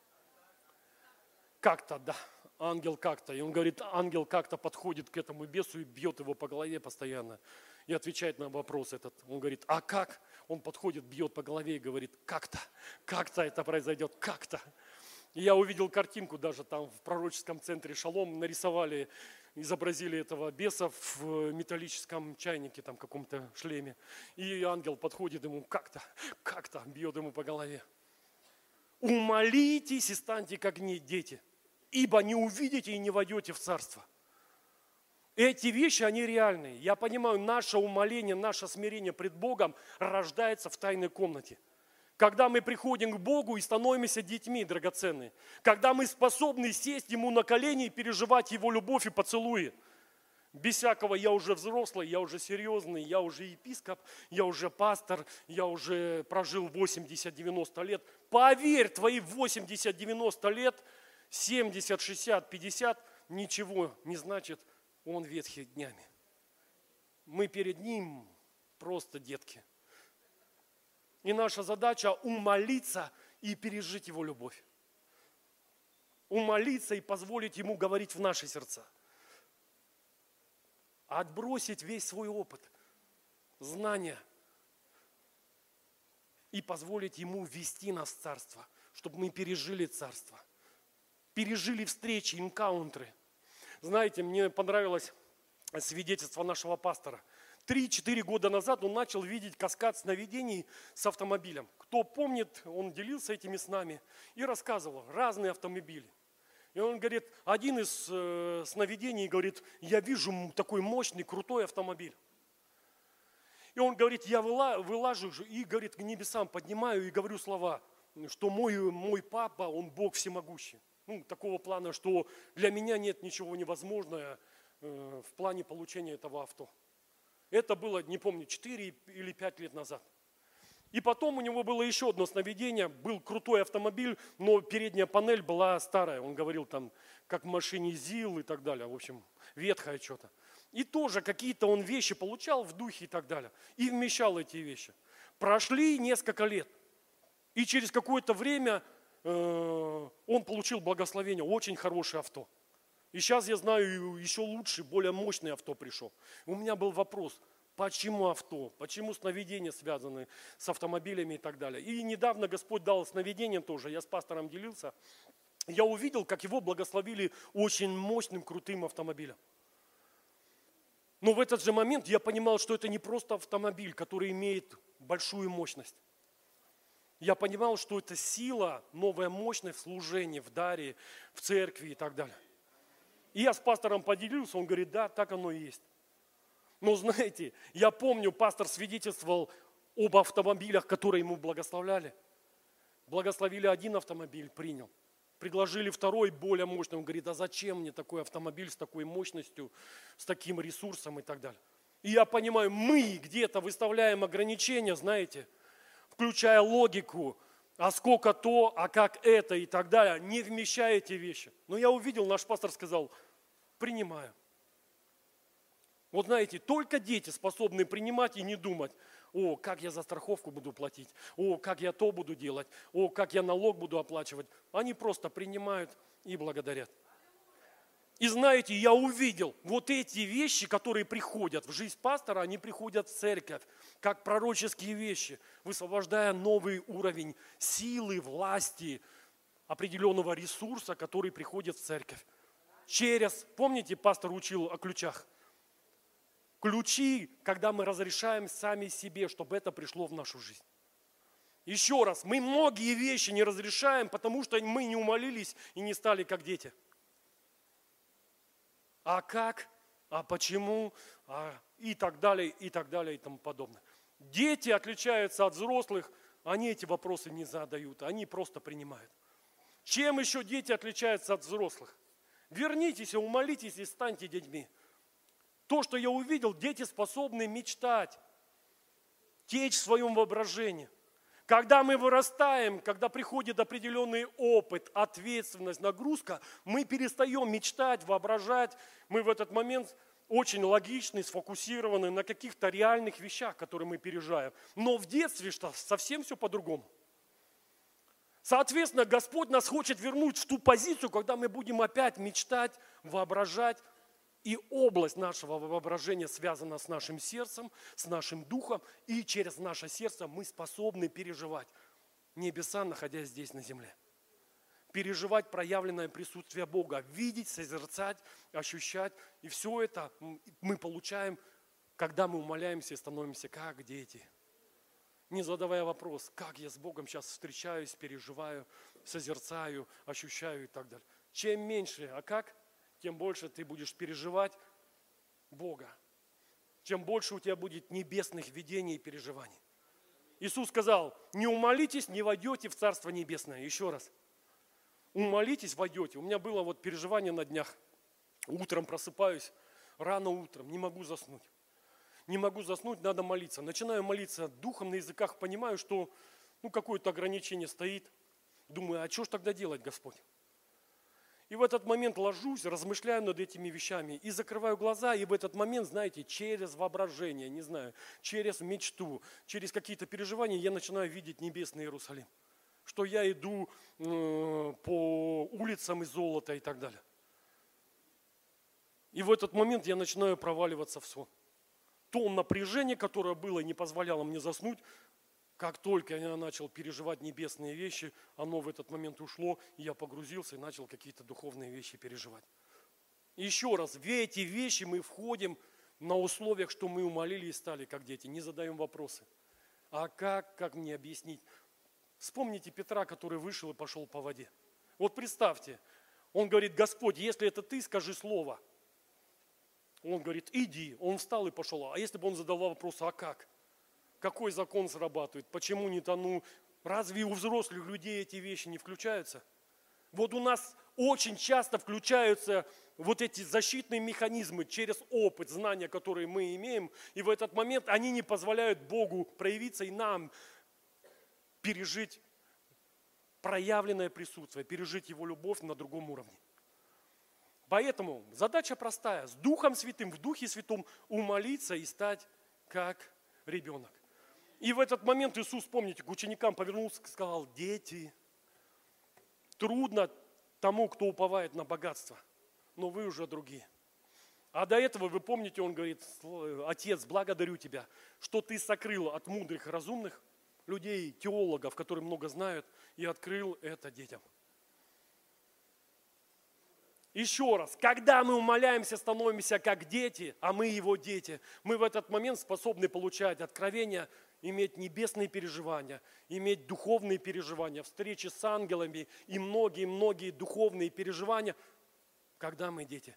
Как-то, да. Ангел как-то. И он говорит, ангел как-то подходит к этому бесу и бьет его по голове постоянно. И отвечает на вопрос этот. Он говорит, а как? Он подходит, бьет по голове и говорит, как-то. Как-то это произойдет, как-то. И я увидел картинку даже там в пророческом центре Шалом. Нарисовали, изобразили этого беса в металлическом чайнике, там каком-то шлеме. И ангел подходит ему как-то, как-то бьет ему по голове. Умолитесь и станьте как дети, ибо не увидите и не войдете в царство. Эти вещи, они реальные. Я понимаю, наше умоление, наше смирение пред Богом рождается в тайной комнате. Когда мы приходим к Богу и становимся детьми драгоценными. Когда мы способны сесть Ему на колени и переживать Его любовь и поцелуи. Без всякого «я уже взрослый, я уже серьезный, я уже епископ, я уже пастор, я уже прожил восемьдесят-девяносто лет». Поверь, твои восемьдесят-девяносто лет, семьдесят, шестьдесят, пятьдесят ничего не значит, он ветхий днями. Мы перед Ним просто детки. И наша задача умолиться и пережить Его любовь. Умолиться и позволить Ему говорить в наши сердца. Отбросить весь свой опыт, знания и позволить Ему ввести нас в царство, чтобы мы пережили царство, пережили встречи, энкаунтры. Знаете, мне понравилось свидетельство нашего пастора. Три-четыре года назад он начал видеть каскад сновидений с автомобилем. Кто помнит, он делился этими с нами и рассказывал разные автомобили. И он говорит, один из э, сновидений говорит, я вижу такой мощный, крутой автомобиль. И он говорит, я выла, вылажу и, говорит, к небесам поднимаю и говорю слова, что мой, мой папа, он Бог всемогущий. Ну, такого плана, что для меня нет ничего невозможного э, в плане получения этого авто. Это было, не помню, четыре или пять лет назад. И потом у него было еще одно сновидение, был крутой автомобиль, но передняя панель была старая. Он говорил там, как в машине ЗИЛ и так далее. В общем, ветхое что-то. И тоже какие-то он вещи получал в духе и так далее. И вмещал эти вещи. Прошли несколько лет. И через какое-то время э, он получил благословение. Очень хорошее авто. И сейчас я знаю, еще лучше, более мощное авто пришло. У меня был вопрос. Почему авто? Почему сновидения связаны с автомобилями и так далее? И недавно Господь дал сновидение тоже, я с пастором делился. Я увидел, как его благословили очень мощным, крутым автомобилем. Но в этот же момент я понимал, что это не просто автомобиль, который имеет большую мощность. Я понимал, что это сила, новая мощность в служении, в даре, в церкви и так далее. И я с пастором поделился, он говорит, да, так оно и есть. Но знаете, я помню, пастор свидетельствовал об автомобилях, которые ему благословляли. Благословили один автомобиль, принял. Предложили второй, более мощный. Он говорит, а зачем мне такой автомобиль с такой мощностью, с таким ресурсом и так далее. И я понимаю, мы где-то выставляем ограничения, знаете, включая логику, а сколько то, а как это и так далее, не вмещая эти вещи. Но я увидел, наш пастор сказал, принимаю. Вот знаете, только дети способны принимать и не думать, о, как я за страховку буду платить, о, как я то буду делать, о, как я налог буду оплачивать. Они просто принимают и благодарят. И знаете, я увидел, вот эти вещи, которые приходят в жизнь пастора, они приходят в церковь, как пророческие вещи, высвобождая новый уровень силы, власти, определенного ресурса, который приходит в церковь. Через, помните, пастор учил о ключах? Ключи, когда мы разрешаем сами себе, чтобы это пришло в нашу жизнь. Еще раз, мы многие вещи не разрешаем, потому что мы не умолились и не стали как дети. А как? А почему? А и так далее, и так далее, и тому подобное. Дети отличаются от взрослых, они эти вопросы не задают, они просто принимают. Чем еще дети отличаются от взрослых? Вернитесь, умолитесь и станьте детьми. То, что я увидел, дети способны мечтать, течь в своем воображении. Когда мы вырастаем, когда приходит определенный опыт, ответственность, нагрузка, мы перестаем мечтать, воображать. Мы в этот момент очень логичны, сфокусированы на каких-то реальных вещах, которые мы переживаем. Но в детстве что, совсем все по-другому. Соответственно, Господь нас хочет вернуть в ту позицию, когда мы будем опять мечтать, воображать. И область нашего воображения связана с нашим сердцем, с нашим духом. И через наше сердце мы способны переживать небеса, находясь здесь на земле. Переживать проявленное присутствие Бога. Видеть, созерцать, ощущать. И все это мы получаем, когда мы умоляемся и становимся как дети. не задавая вопрос, как я с Богом сейчас встречаюсь, переживаю, созерцаю, ощущаю и так далее. Чем меньше, а как, тем больше ты будешь переживать Бога. Чем больше у тебя будет небесных видений и переживаний. Иисус сказал, не умолитесь, не войдете в Царство Небесное. Еще раз. Умолитесь, войдете. У меня было вот переживание на днях. Утром просыпаюсь, рано утром, не могу заснуть. Не могу заснуть, надо молиться. Начинаю молиться духом на языках, понимаю, что ну, какое-то ограничение стоит. Думаю, а что ж тогда делать, Господь? И в этот момент ложусь, размышляю над этими вещами и закрываю глаза, и в этот момент, знаете, через воображение, не знаю, через мечту, через какие-то переживания я начинаю видеть небесный Иерусалим. Что я иду э, по улицам из золота и так далее. И в этот момент я начинаю проваливаться в сон. То напряжение, которое было и не позволяло мне заснуть, как только я начал переживать небесные вещи, оно в этот момент ушло, и я погрузился и начал какие-то духовные вещи переживать. И еще раз, в эти вещи мы входим на условиях, что мы умолили и стали как дети, не задаем вопросы. А как, как мне объяснить? Вспомните Петра, который вышел и пошел по воде. Вот представьте, он говорит, Господь, если это ты, скажи слово. Он говорит, иди. Он встал и пошел. А если бы он задавал вопрос, а как? Какой закон срабатывает? Почему не тону? Разве у взрослых людей эти вещи не включаются? Вот у нас очень часто включаются вот эти защитные механизмы через опыт, знания, которые мы имеем. И в этот момент они не позволяют Богу проявиться и нам пережить проявленное присутствие, пережить Его любовь на другом уровне. Поэтому задача простая. С Духом Святым, в Духе Святом умолиться и стать как ребенок. И в этот момент Иисус, помните, к ученикам повернулся и сказал, дети, трудно тому, кто уповает на богатство, но вы уже другие. А до этого, вы помните, он говорит, Отец, благодарю Тебя, что Ты сокрыл от мудрых и разумных людей, теологов, которые много знают, и открыл это детям. Еще раз, когда мы умоляемся, становимся как дети, а мы Его дети, мы в этот момент способны получать откровения, иметь небесные переживания, иметь духовные переживания, встречи с ангелами и многие-многие духовные переживания, когда мы дети.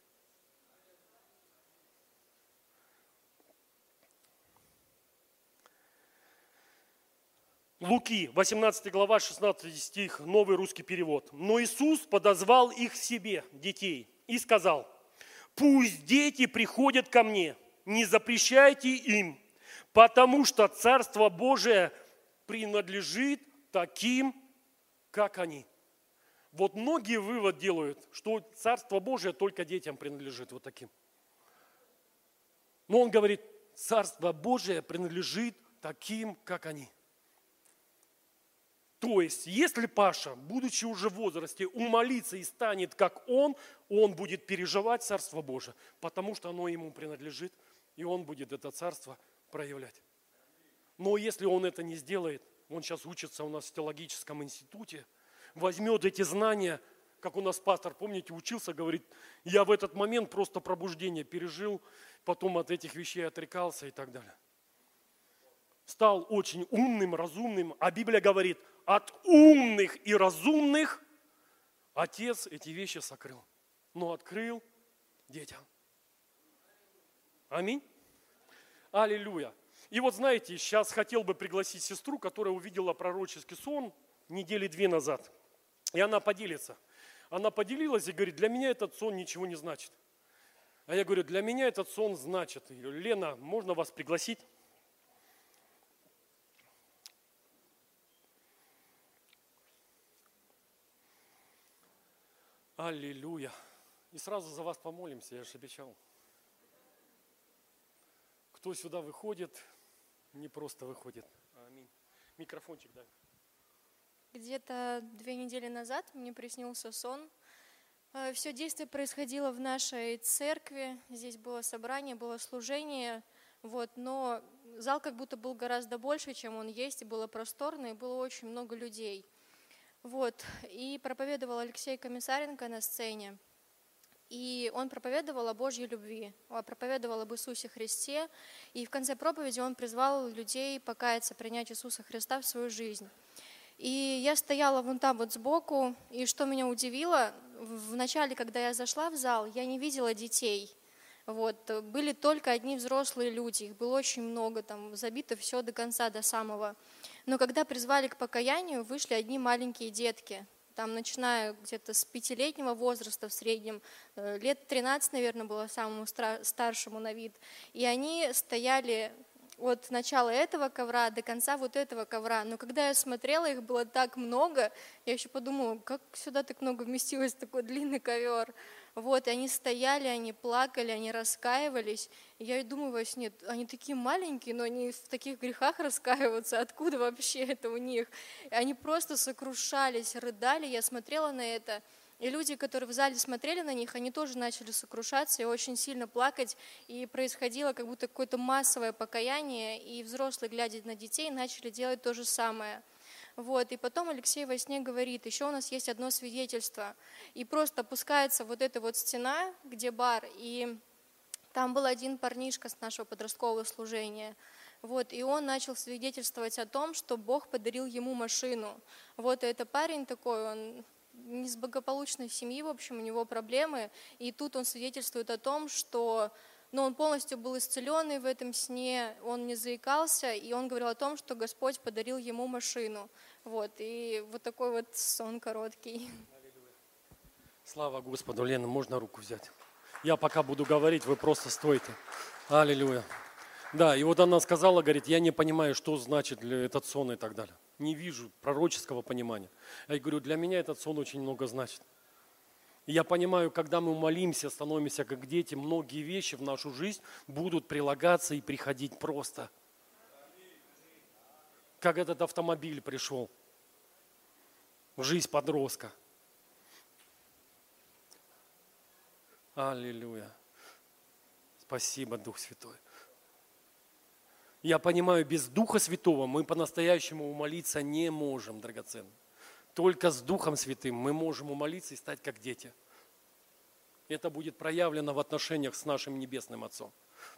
Луки, восемнадцатая глава, шестнадцатый стих, новый русский перевод. «Но Иисус подозвал их к себе, детей, и сказал, пусть дети приходят ко мне, не запрещайте им, потому что Царство Божие принадлежит таким, как они». Вот многие вывод делают, что Царство Божие только детям принадлежит, вот таким. Но он говорит, Царство Божие принадлежит таким, как они. То есть, если Паша, будучи уже в возрасте, умолится и станет как он, он будет переживать Царство Божие, потому что оно ему принадлежит, и он будет это Царство проявлять. Но если он это не сделает, он сейчас учится у нас в теологическом институте, возьмет эти знания, как у нас пастор, помните, учился, говорит, я в этот момент просто пробуждение пережил, потом от этих вещей отрекался и так далее. Стал очень умным, разумным, а Библия говорит, от умных и разумных Отец эти вещи сокрыл, но открыл детям. Аминь. Аллилуйя. И вот знаете, сейчас хотел бы пригласить сестру, которая увидела пророческий сон недели две назад. И она поделится. Она поделилась и говорит, для меня этот сон ничего не значит. А я говорю, для меня этот сон значит. Я говорю, Лена, можно вас пригласить? Аллилуйя. И сразу за вас помолимся, я же обещал. Кто сюда выходит, не просто выходит. Аминь. Микрофончик дай. Где-то две недели назад мне приснился сон. Все действие происходило в нашей церкви. Здесь было собрание, было служение. Вот, но зал как будто был гораздо больше, чем он есть, и было просторно, и было очень много людей. Вот, и проповедовал Алексей Комиссаренко на сцене. и он проповедовал о Божьей любви, проповедовал об Иисусе Христе, и в конце проповеди он призвал людей покаяться, принять Иисуса Христа в свою жизнь. И я стояла вон там вот сбоку, и что меня удивило, в начале, когда я зашла в зал, я не видела детей. Вот, были только одни взрослые люди, их было очень много, там забито все до конца, до самого. Но когда призвали к покаянию, вышли одни маленькие детки, там начиная где-то с пятилетнего возраста в среднем, лет тринадцать, наверное, было самому старшему на вид. И они стояли от начала этого ковра до конца вот этого ковра. Но когда я смотрела, их было так много, я еще подумала, как сюда так много вместилось, такой длинный ковер. Вот, и они стояли, они плакали, они раскаивались. И я и думаю во сне, они такие маленькие, но они в таких грехах раскаиваются, откуда вообще это у них? И они просто сокрушались, рыдали, я смотрела на это. И люди, которые в зале смотрели на них, они тоже начали сокрушаться и очень сильно плакать. И происходило как будто какое-то массовое покаяние, и взрослые, глядя на детей, начали делать то же самое. Вот, и потом Алексей во сне говорит, еще у нас есть одно свидетельство. И просто опускается вот эта вот стена, где бар, и там был один парнишка с нашего подросткового служения. Вот, и он начал свидетельствовать о том, что Бог подарил ему машину. Вот, и это парень такой, он не из благополучной семьи, в общем, у него проблемы. И тут он свидетельствует о том, что но он полностью был исцеленный в этом сне, он не заикался, и он говорил о том, что Господь подарил ему машину. Вот, и вот такой вот сон короткий. Слава Господу. Лена, можно руку взять? Я пока буду говорить, вы просто стойте. Аллилуйя. Да, и вот она сказала, говорит, я не понимаю, что значит этот сон и так далее. Не вижу пророческого понимания. Я говорю, для меня этот сон очень много значит. И я понимаю, когда мы молимся, становимся как дети, многие вещи в нашу жизнь будут прилагаться и приходить просто. Как этот автомобиль пришел в жизнь подростка. Аллилуйя. Спасибо, Дух Святой. Я понимаю, без Духа Святого мы по-настоящему умолиться не можем, драгоценный. Только с Духом Святым мы можем умолиться и стать как дети. Это будет проявлено в отношениях с нашим Небесным Отцом.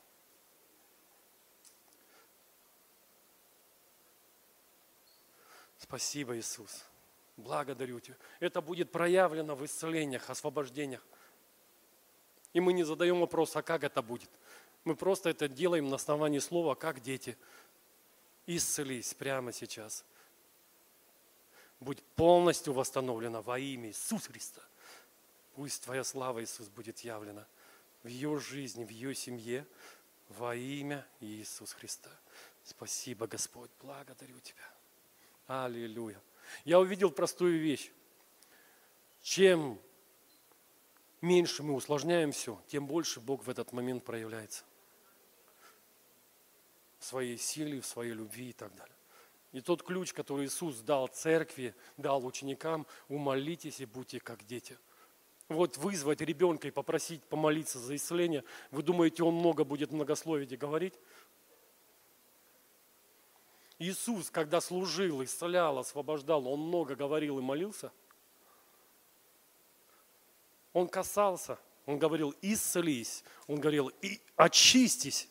Спасибо, Иисус. Благодарю Тебя. Это будет проявлено в исцелениях, освобождениях. И мы не задаем вопрос, а как это будет? Мы просто это делаем на основании слова, как дети. Исцелись прямо сейчас. Будь полностью восстановлена во имя Иисуса Христа. Пусть Твоя слава, Иисус, будет явлена в ее жизни, в ее семье во имя Иисуса Христа. Спасибо, Господь, благодарю Тебя. Аллилуйя. Я увидел простую вещь. Чем меньше мы усложняем все, тем больше Бог в этот момент проявляется. В своей силе, в своей любви и так далее. И тот ключ, который Иисус дал церкви, дал ученикам, умолитесь и будьте как дети. Вот вызвать ребенка и попросить помолиться за исцеление, вы думаете, он много будет многословить и говорить? Иисус, когда служил, исцелял, освобождал, Он много говорил и молился. Он касался, Он говорил, исцелись, Он говорил, и очистись.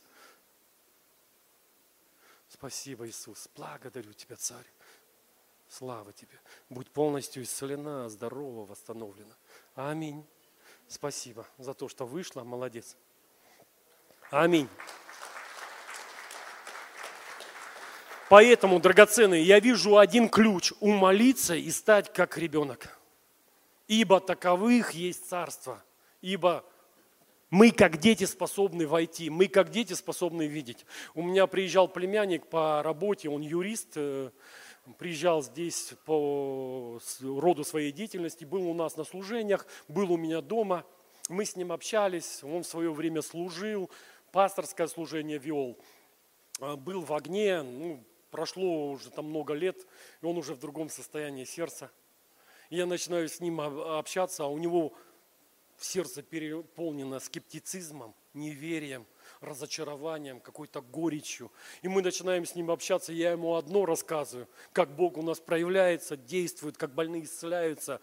Спасибо, Иисус, благодарю Тебя, Царь. Слава Тебе. Будь полностью исцелена, здорова, восстановлена. Аминь. Спасибо за то, что вышла. Молодец. Аминь. Поэтому, драгоценные, я вижу один ключ – умолиться и стать как ребенок. Ибо таковых есть царство. Ибо мы, как дети, способны войти. Мы, как дети, способны видеть. У меня приезжал племянник по работе, он юрист, приезжал здесь по роду своей деятельности, был у нас на служениях, был у меня дома. Мы с ним общались, он в свое время служил, пасторское служение вел, был в огне, ну, прошло уже там много лет, и он уже в другом состоянии сердца. И я начинаю с ним общаться, а у него сердце переполнено скептицизмом, неверием, разочарованием, какой-то горечью. И мы начинаем с ним общаться, я ему одно рассказываю, как Бог у нас проявляется, действует, как больные исцеляются,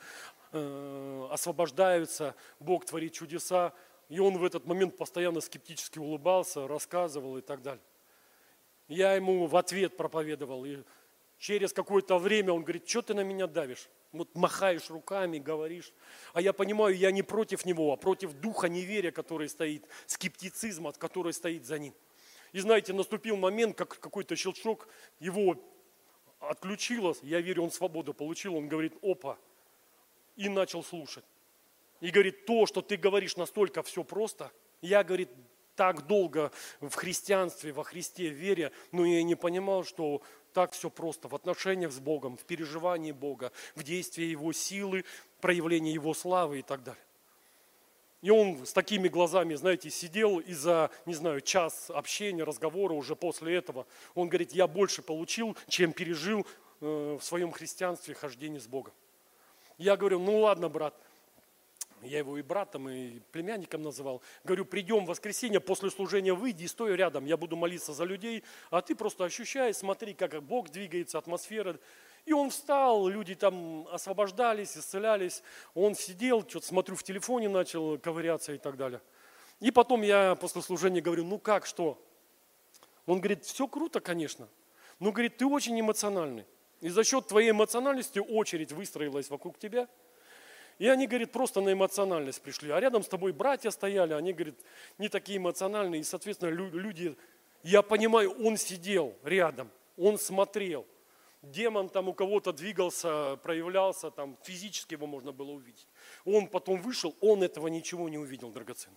э, освобождаются, Бог творит чудеса. И он в этот момент постоянно скептически улыбался, рассказывал и так далее. Я ему в ответ проповедовал. И через какое-то время он говорит: что ты на меня давишь? Вот махаешь руками, говоришь. А я понимаю, я не против него, а против духа неверия, который стоит, скептицизма, который стоит за ним. И знаете, наступил момент, как какой-то щелчок, его отключило. Я верю, он свободу получил. Он говорит: опа. И начал слушать. И говорит: то, что ты говоришь, настолько все просто. Я, говорит, так долго в христианстве, во Христе, вере, но я не понимал, что так все просто в отношениях с Богом, в переживании Бога, в действии Его силы, проявлении Его славы и так далее. И он с такими глазами, знаете, сидел, и за, не знаю, час общения, разговора уже после этого, он говорит: я больше получил, чем пережил э, в своем христианстве, хождении с Богом. Я говорю: ну ладно, брат. Я его и братом, и племянником называл. Говорю: придем в воскресенье, после служения выйди и стой рядом. Я буду молиться за людей, а ты просто ощущай, смотри, как Бог двигается, атмосфера. И он встал, люди там освобождались, исцелялись. Он сидел, что-то смотрю, в телефоне начал ковыряться и так далее. И потом я после служения говорю: ну как, что? Он говорит: все круто, конечно. Но, говорит, ты очень эмоциональный. И за счет твоей эмоциональности очередь выстроилась вокруг тебя. И они, говорит, просто на эмоциональность пришли. А рядом с тобой братья стояли, они, говорит, не такие эмоциональные. И, соответственно, люди, я понимаю, он сидел рядом, он смотрел. Демон там у кого-то двигался, проявлялся, там физически его можно было увидеть. Он потом вышел, он этого ничего не увидел, драгоценный.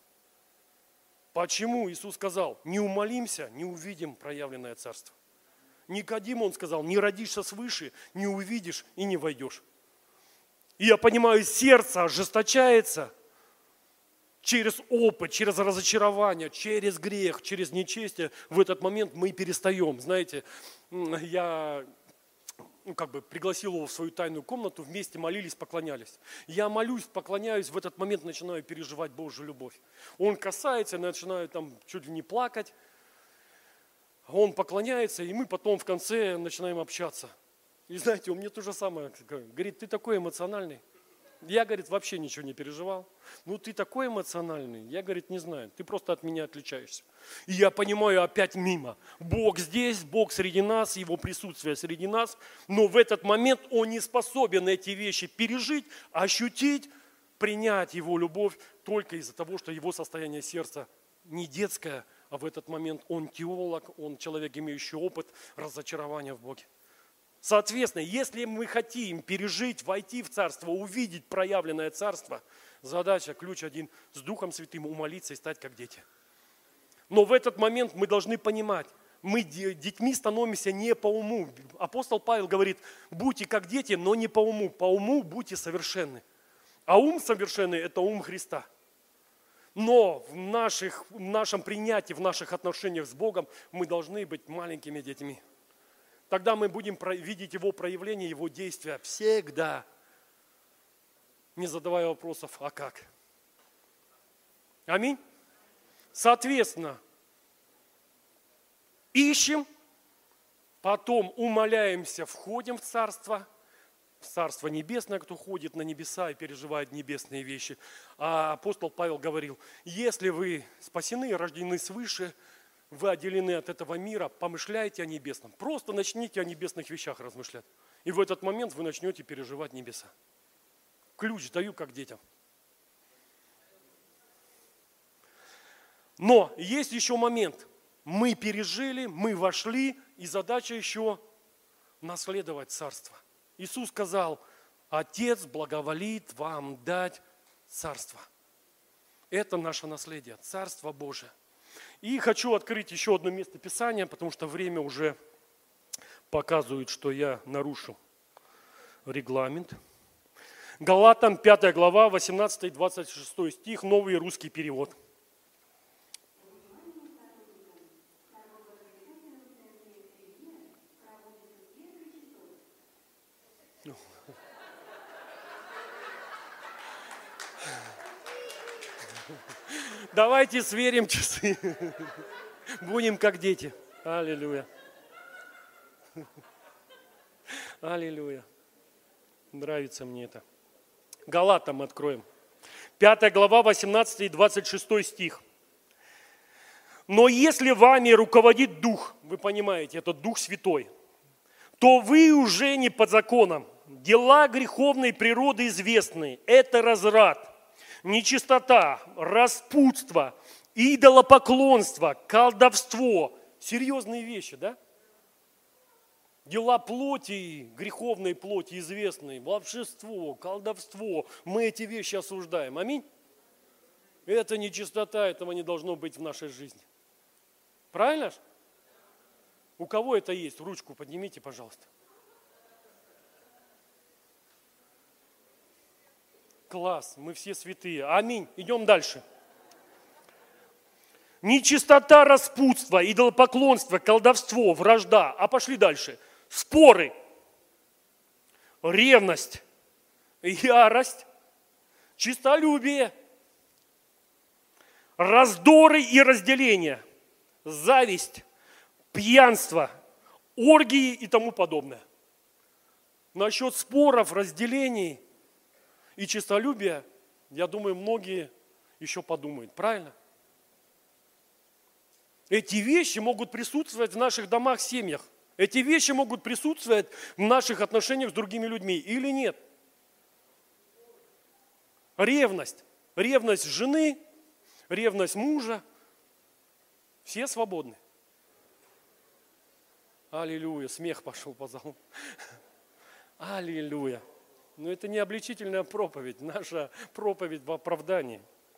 Почему Иисус сказал: не умолимся, не увидим проявленное царство? Никодиму он сказал: не родишься свыше, не увидишь и не войдешь. И я понимаю, сердце ожесточается через опыт, через разочарование, через грех, через нечестие. В этот момент мы перестаем. Знаете, я ну, как бы пригласил его в свою тайную комнату, вместе молились, поклонялись. Я молюсь, поклоняюсь, в этот момент начинаю переживать Божью любовь. Он касается, я начинаю там чуть ли не плакать. Он поклоняется, и мы потом в конце начинаем общаться. И знаете, он мне то же самое говорит: ты такой эмоциональный. Я, говорит, вообще ничего не переживал. Ну, ты такой эмоциональный. Я, говорит, не знаю, ты просто от меня отличаешься. И я понимаю, опять мимо. Бог здесь, Бог среди нас, Его присутствие среди нас. Но в этот момент он не способен эти вещи пережить, ощутить, принять Его любовь только из-за того, что его состояние сердца не детское, а в этот момент он теолог, он человек, имеющий опыт разочарования в Боге. Соответственно, если мы хотим пережить, войти в царство, увидеть проявленное царство, задача, ключ один, с Духом Святым умолиться и стать как дети. Но в этот момент мы должны понимать, мы детьми становимся не по уму. Апостол Павел говорит: будьте как дети, но не по уму. По уму будьте совершенны. А ум совершенный – это ум Христа. Но в, наших, в нашем принятии, в наших отношениях с Богом мы должны быть маленькими детьми. Тогда мы будем видеть Его проявление, Его действия всегда, не задавая вопросов: а как? Аминь. Соответственно, ищем, потом умоляемся, входим в Царство, в Царство Небесное, кто ходит на небеса и переживает небесные вещи. А апостол Павел говорил: если вы спасены и рождены свыше, вы отделены от этого мира, помышляйте о небесном. Просто начните о небесных вещах размышлять. И в этот момент вы начнете переживать небеса. Ключ даю как детям. Но есть еще момент. Мы пережили, мы вошли, и задача еще наследовать царство. Иисус сказал: Отец благоволит вам дать царство. Это наше наследие, Царство Божие. И хочу открыть еще одно место Писания, потому что время уже показывает, что я нарушил регламент. Галатам пятая глава, восемнадцатый двадцать шестой стих, новый русский перевод. Давайте сверим часы. Будем как дети. Аллилуйя. Аллилуйя. Нравится мне это. Галатам откроем. Пятая глава, восемнадцатый и двадцать шестой стих. Но если вами руководит Дух, вы понимаете, это Дух Святой, то вы уже не под законом. Дела греховной природы известны. Это разврат, нечистота, распутство, идолопоклонство, колдовство. Серьезные вещи, да? Дела плоти, греховной плоти известные, волшебство, колдовство. Мы эти вещи осуждаем. Аминь. Это нечистота, этого не должно быть в нашей жизни. Правильно ж? У кого это есть? Ручку поднимите, пожалуйста. Класс, мы все святые. Аминь. Идем дальше. Нечистота, распутство, идолопоклонство, колдовство, вражда. А пошли дальше. Споры, ревность, ярость, честолюбие, раздоры и разделения, зависть, пьянство, оргии и тому подобное. Насчет споров, разделений и честолюбия, я думаю, многие еще подумают. Правильно? Эти вещи могут присутствовать в наших домах, семьях. Эти вещи могут присутствовать в наших отношениях с другими людьми или нет. Ревность. Ревность жены, ревность мужа. Все свободны. Аллилуйя. Смех пошел по залу. Аллилуйя. Но это не обличительная проповедь. Наша проповедь в оправдании.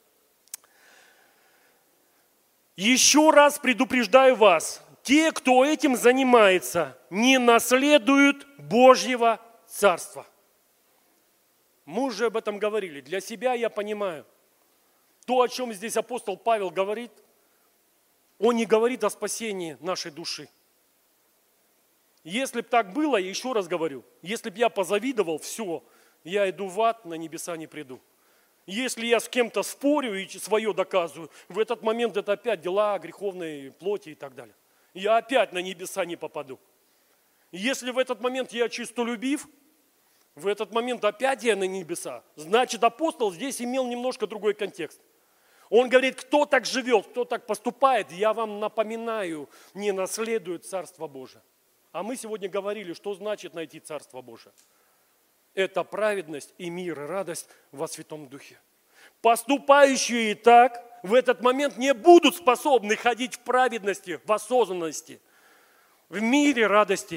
Еще раз предупреждаю вас, те, кто этим занимается, не наследуют Божьего Царства. Мы уже об этом говорили. Для себя я понимаю. То, о чем здесь апостол Павел говорит, он не говорит о спасении нашей души. Если бы так было, я еще раз говорю, если бы я позавидовал, все, я иду в ад, на небеса не приду. Если я с кем-то спорю и свое доказываю, в этот момент это опять дела греховной плоти и так далее. Я опять на небеса не попаду. Если в этот момент я чистолюбив, в этот момент опять я на небеса. Значит, апостол здесь имел немножко другой контекст. Он говорит, кто так живет, кто так поступает, я вам напоминаю, не наследует Царство Божие. А мы сегодня говорили, что значит найти Царство Божие. Это праведность и мир, и радость во Святом Духе. Поступающие так в этот момент не будут способны ходить в праведности, в осознанности, в мире, радости,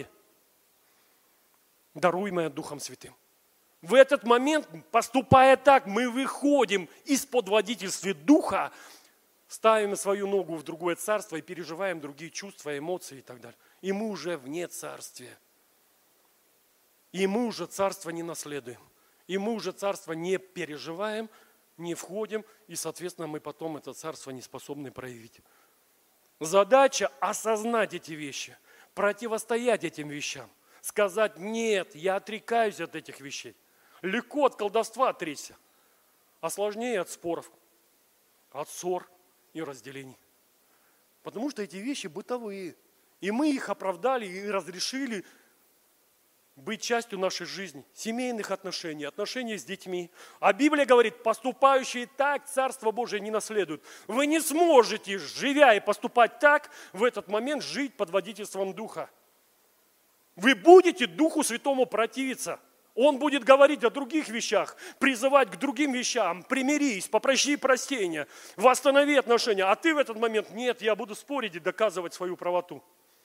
даруемое Духом Святым. В этот момент, поступая так, мы выходим из-под водительства Духа, ставим свою ногу в другое царство и переживаем другие чувства, эмоции и так далее. И мы уже вне царствия. И мы уже царство не наследуем. И мы уже царство не переживаем, не входим, и, соответственно, мы потом это царство не способны проявить. Задача осознать эти вещи, противостоять этим вещам, сказать: нет, я отрекаюсь от этих вещей. Легко от колдовства отречься, а сложнее от споров, от ссор и разделений. Потому что эти вещи бытовые, и мы их оправдали и разрешили быть частью нашей жизни, семейных отношений, отношений с детьми. А Библия говорит, поступающие так Царство Божие не наследуют. Вы не сможете, живя и поступать так, в этот момент жить под водительством Духа. Вы будете Духу Святому противиться. Он будет говорить о других вещах, призывать к другим вещам. Примирись, попроси прощения, восстанови отношения. А ты в этот момент: нет, я буду спорить и доказывать свою правоту.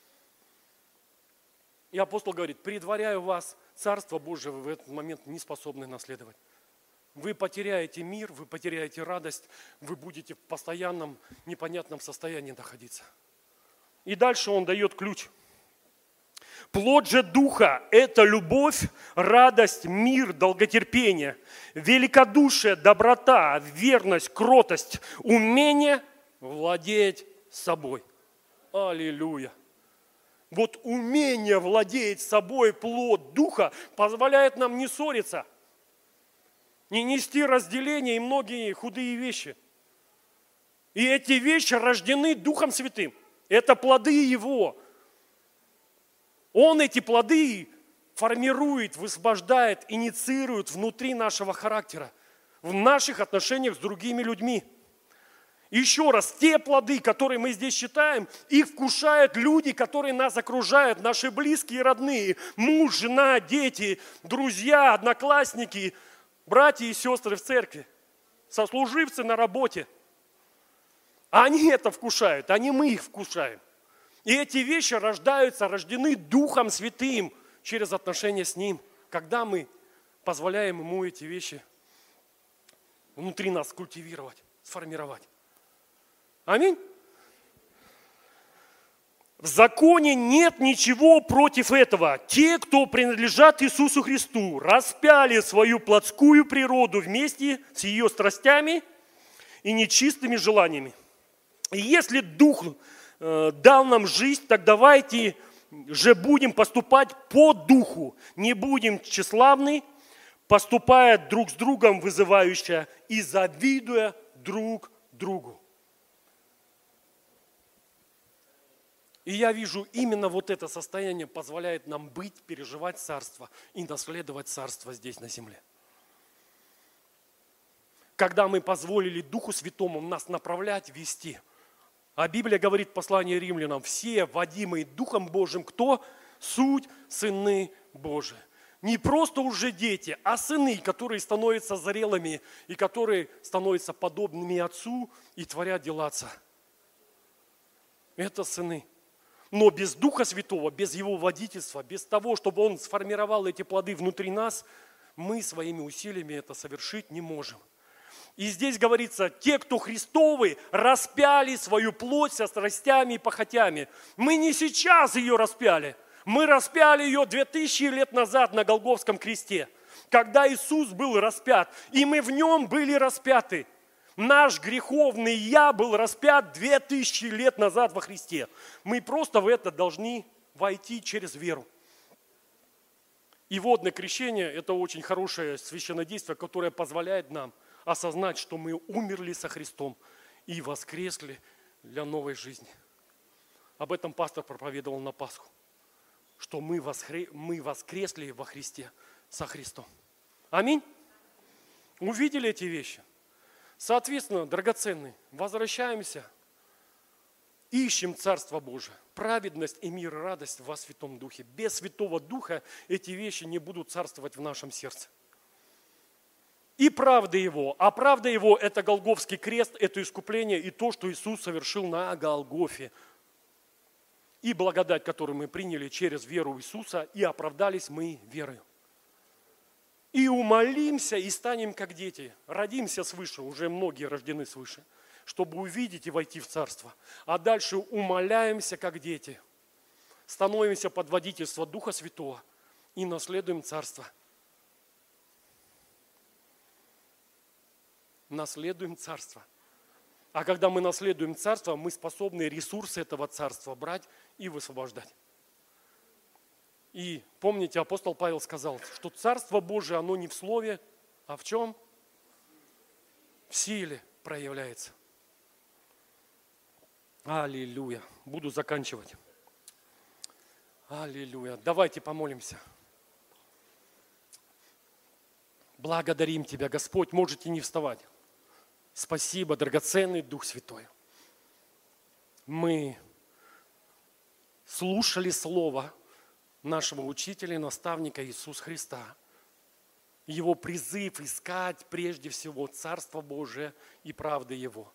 И апостол говорит: предваряю вас, Царство Божие вы в этот момент не способны наследовать. Вы потеряете мир, вы потеряете радость, вы будете в постоянном непонятном состоянии находиться. И дальше он дает ключ. Плод же Духа – это любовь, радость, мир, долготерпение, великодушие, доброта, верность, кротость, умение владеть собой. Аллилуйя! Вот умение владеть собой, плод Духа, позволяет нам не ссориться, не нести разделения и многие худые вещи. И эти вещи рождены Духом Святым. Это плоды Его. Он эти плоды формирует, высвобождает, инициирует внутри нашего характера, в наших отношениях с другими людьми. Еще раз, те плоды, которые мы здесь читаем, их вкушают люди, которые нас окружают, наши близкие и родные, муж, жена, дети, друзья, одноклассники, братья и сестры в церкви, сослуживцы на работе. Они это вкушают, а не мы их вкушаем. И эти вещи рождаются, рождены Духом Святым через отношения с Ним, когда мы позволяем Ему эти вещи внутри нас культивировать, сформировать. Аминь. В законе нет ничего против этого. Те, кто принадлежат Иисусу Христу, распяли свою плотскую природу вместе с ее страстями и нечистыми желаниями. И если Дух э, дал нам жизнь, так давайте же будем поступать по Духу. Не будем тщеславны, поступая друг с другом вызывающе и завидуя друг другу. И я вижу, именно вот это состояние позволяет нам быть, переживать царство и наследовать царство здесь на земле. Когда мы позволили Духу Святому нас направлять, вести. А Библия говорит в послании римлянам, все водимые Духом Божьим, кто? Суть сыны Божии. Не просто уже дети, а сыны, которые становятся зрелыми и которые становятся подобными Отцу и творят дела Отца. Это сыны. Но без Духа Святого, без Его водительства, без того, чтобы Он сформировал эти плоды внутри нас, мы своими усилиями это совершить не можем. И здесь говорится, те, кто Христовы, распяли свою плоть со страстями и похотями. Мы не сейчас ее распяли. Мы распяли ее две тысячи лет назад на Голгофском кресте, когда Иисус был распят, и мы в Нем были распяты. Наш греховный я был распят две тысячи лет назад во Христе. Мы просто в это должны войти через веру. И водное крещение – это очень хорошее священнодействие, которое позволяет нам осознать, что мы умерли со Христом и воскресли для новой жизни. Об этом пастор проповедовал на Пасху, что мы, воскре... мы воскресли во Христе со Христом. Аминь. Увидели эти вещи? Соответственно, драгоценные, возвращаемся, ищем Царство Божие, праведность и мир, радость во Святом Духе. Без Святого Духа эти вещи не будут царствовать в нашем сердце. И правда Его, а правда Его – это Голгофский крест, это искупление и то, что Иисус совершил на Голгофе. И благодать, которую мы приняли через веру в Иисуса, и оправдались мы верой. И умолимся, и станем как дети. Родимся свыше, уже многие рождены свыше, чтобы увидеть и войти в Царство. А дальше умоляемся, как дети. Становимся под водительство Духа Святого и наследуем Царство. Наследуем Царство. А когда мы наследуем Царство, мы способны ресурсы этого Царства брать и высвобождать. И помните, апостол Павел сказал, что Царство Божие, оно не в слове, а в чем? В силе проявляется. Аллилуйя. Буду заканчивать. Аллилуйя. Давайте помолимся. Благодарим Тебя, Господь. Можете не вставать. Спасибо, драгоценный Дух Святой. Мы слушали Слово нашего учителя и наставника Иисуса Христа. Его призыв искать прежде всего Царство Божие и правды Его.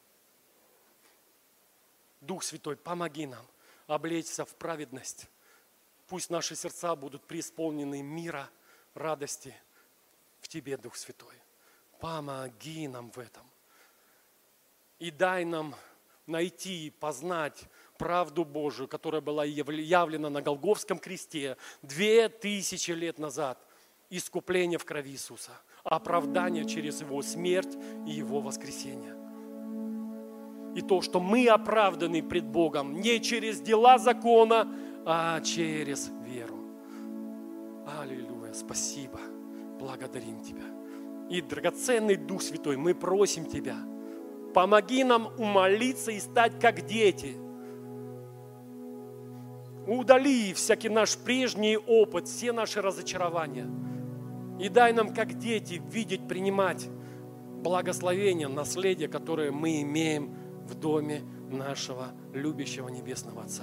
Дух Святой, помоги нам облечься в праведность. Пусть наши сердца будут преисполнены мира, радости в Тебе, Дух Святой. Помоги нам в этом. И дай нам найти, познать правду Божию, которая была явлена на Голгофском кресте две тысячи лет назад. Искупление в крови Иисуса, оправдание через Его смерть и Его воскресение. И то, что мы оправданы пред Богом не через дела закона, а через веру. Аллилуйя, спасибо, благодарим Тебя. И, драгоценный Дух Святой, мы просим Тебя, помоги нам умолиться и стать как дети. Удали всякий наш прежний опыт, все наши разочарования. И дай нам, как дети, видеть, принимать благословение, наследие, которое мы имеем в доме нашего любящего Небесного Отца.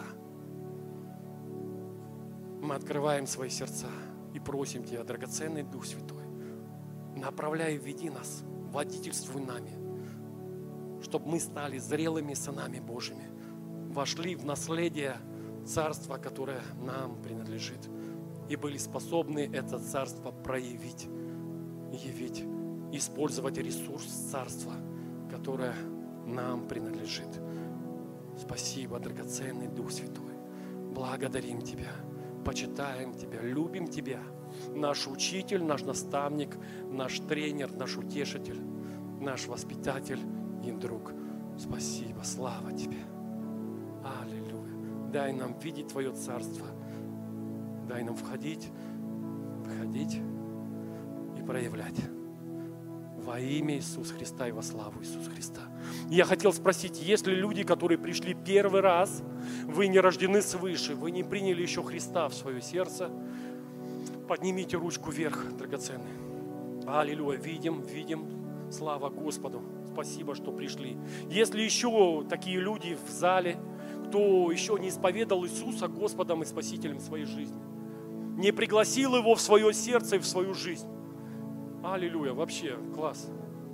Мы открываем свои сердца и просим Тебя, драгоценный Дух Святой, направляй и веди нас, водительствуй нами, чтобы мы стали зрелыми сынами Божьими, вошли в наследие Царства, которое нам принадлежит, и были способны это Царство проявить, явить, использовать ресурс Царства, которое нам принадлежит. Спасибо, драгоценный Дух Святой. Благодарим Тебя, почитаем Тебя, любим Тебя. Наш учитель, наш наставник, наш тренер, наш утешитель, наш воспитатель и друг. Спасибо, слава Тебе. Аллилуйя. Дай нам видеть Твое Царство. Дай нам входить, выходить и проявлять. Во имя Иисуса Христа и во славу Иисуса Христа. Я хотел спросить, есть ли люди, которые пришли первый раз, вы не рождены свыше, вы не приняли еще Христа в свое сердце, поднимите ручку вверх, драгоценный. Аллилуйя, видим, видим, слава Господу, спасибо, что пришли. Если еще такие люди в зале, кто еще не исповедал Иисуса Господом и Спасителем своей жизни, не пригласил Его в свое сердце и в свою жизнь. Аллилуйя, вообще класс.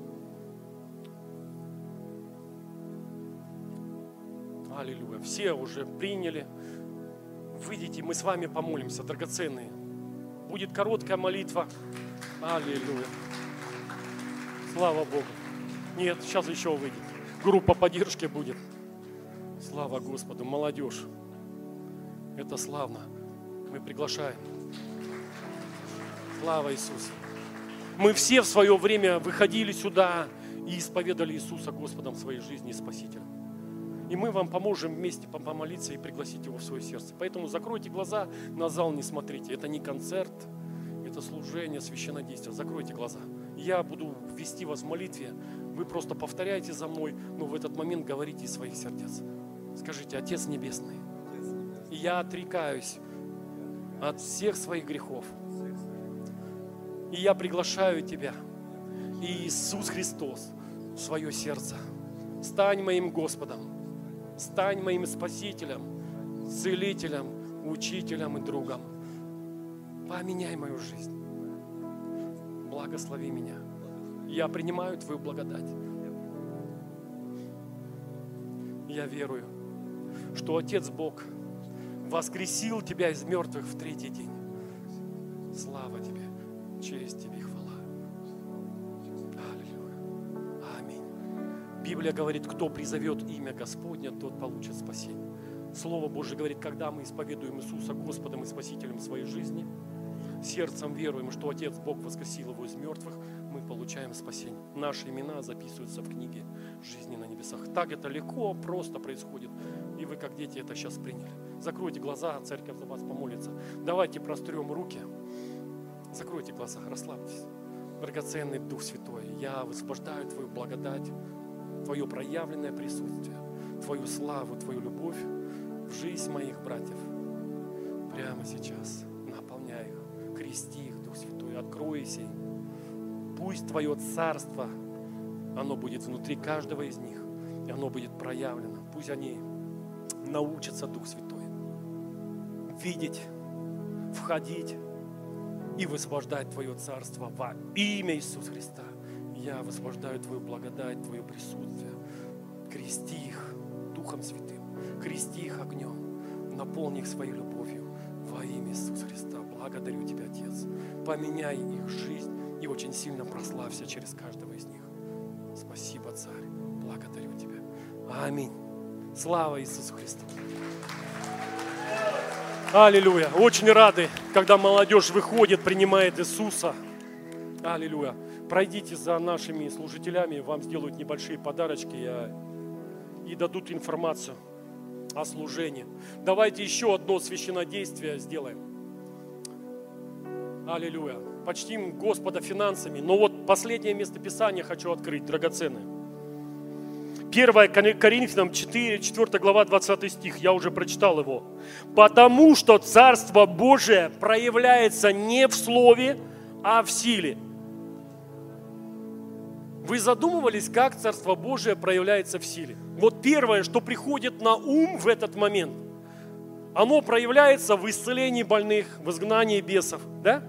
Аллилуйя, все уже приняли. Выйдите, мы с вами помолимся, драгоценные. Будет короткая молитва. Аллилуйя. Слава Богу. Нет, сейчас еще выйдет. Группа поддержки будет. Слава Господу, молодежь. Это славно. Мы приглашаем. Слава Иисусу. Мы все в свое время выходили сюда и исповедали Иисуса Господом в своей жизни и Спасителем. И мы вам поможем вместе помолиться и пригласить Его в свое сердце. Поэтому закройте глаза, на зал не смотрите. Это не концерт, это служение, священнодействие. Закройте глаза. Я буду вести вас в молитве. Вы просто повторяйте за мной, но в этот момент говорите из своих сердец. Скажите: Отец Небесный, я отрекаюсь от всех своих грехов. И я приглашаю Тебя, Иисус Христос, в свое сердце. Стань моим Господом, стань моим Спасителем, Целителем, Учителем и другом. Поменяй мою жизнь. Благослови меня. Я принимаю Твою благодать. Я верую, что Отец Бог воскресил Тебя из мертвых в третий день. Слава Тебе, честь Тебе и хвала. Аллилуйя. Аминь. Библия говорит, кто призовет имя Господня, тот получит спасение. Слово Божье говорит, когда мы исповедуем Иисуса Господом и Спасителем своей жизни, сердцем веруем, что Отец Бог воскресил Его из мертвых, мы получаем спасение. Наши имена записываются в книге жизни на небесах. Так это легко, просто происходит. И вы, как дети, это сейчас приняли. Закройте глаза, церковь за вас помолится. Давайте прострем руки. Закройте глаза, расслабьтесь. Драгоценный Дух Святой, я высвобождаю Твою благодать, Твое проявленное присутствие, Твою славу, Твою любовь в жизнь моих братьев. Прямо сейчас наполняй их, крести их, Дух Святой, откройся им. Пусть Твое Царство, оно будет внутри каждого из них, и оно будет проявлено. Пусть они научатся, Дух Святой, видеть, входить и высвобождать Твое Царство во имя Иисуса Христа. Я высвобождаю Твою благодать, Твое присутствие. Крести их Духом Святым, крести их огнем, наполни их своей любовью во имя Иисуса Христа. Благодарю Тебя, Отец. Поменяй их жизнь и очень сильно прославься через каждого из них. Спасибо, Царь. Благодарю Тебя. Аминь. Слава Иисусу Христу. Аллилуйя. Очень рады, когда молодежь выходит, принимает Иисуса. Аллилуйя. Пройдите за нашими служителями, вам сделают небольшие подарочки и дадут информацию о служении. Давайте еще одно священнодействие сделаем. Аллилуйя. Почтим Господа финансами. Но вот последнее местописание хочу открыть, драгоценное. первое Коринфянам четыре, четвёртая глава, двадцатый стих, я уже прочитал его. «Потому что Царство Божие проявляется не в слове, а в силе». Вы задумывались, как Царство Божие проявляется в силе? Вот первое, что приходит на ум в этот момент, оно проявляется в исцелении больных, в изгнании бесов, да?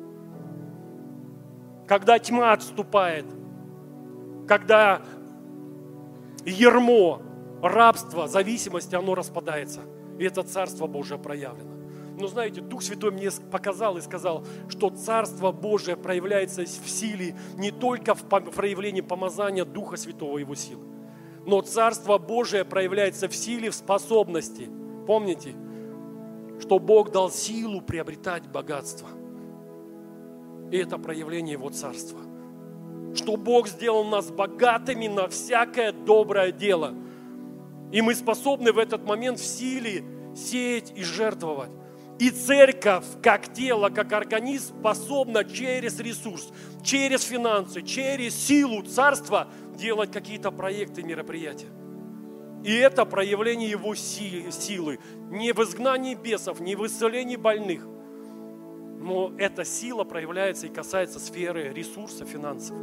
Когда тьма отступает, когда ярмо, рабство, зависимость, оно распадается. И это Царство Божие проявлено. Но знаете, Дух Святой мне показал и сказал, что Царство Божие проявляется в силе не только в проявлении помазания Духа Святого, Его силы, но Царство Божие проявляется в силе, в способности. Помните, что Бог дал силу приобретать богатство. И это проявление Его Царства. Что Бог сделал нас богатыми на всякое доброе дело. И мы способны в этот момент в силе сеять и жертвовать. И церковь, как тело, как организм, способна через ресурс, через финансы, через силу Царства делать какие-то проекты, мероприятия. И это проявление Его силы. Не в изгнании бесов, не в исцелении больных. Но эта сила проявляется и касается сферы ресурса, финансов.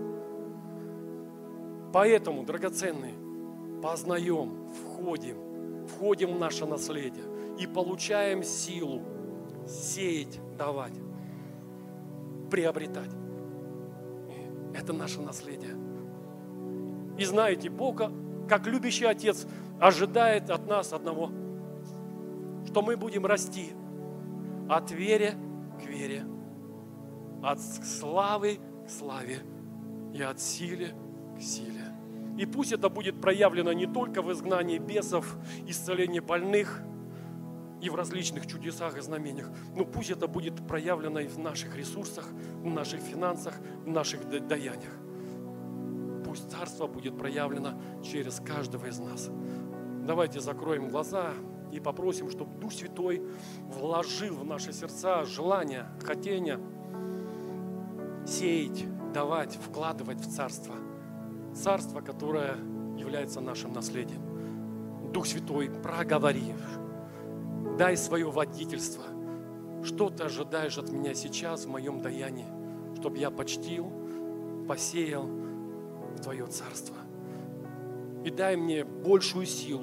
Поэтому, драгоценные, познаем, входим, входим в наше наследие и получаем силу сеять, давать, приобретать. Это наше наследие. И знаете, Бог, как любящий Отец, ожидает от нас одного, что мы будем расти от веры к вере, от славы к славе и от силы к силе. И пусть это будет проявлено не только в изгнании бесов, исцелении больных и в различных чудесах и знамениях, но пусть это будет проявлено и в наших ресурсах, в наших финансах, в наших даяниях. Пусть Царство будет проявлено через каждого из нас. Давайте закроем глаза и попросим, чтобы Дух Святой вложил в наши сердца желание, хотение сеять, давать, вкладывать в Царство. Царство, которое является нашим наследием. Дух Святой, проговори, дай свое водительство. Что ты ожидаешь от меня сейчас в моем даянии, чтобы я почтил, посеял в Твое Царство. И дай мне большую силу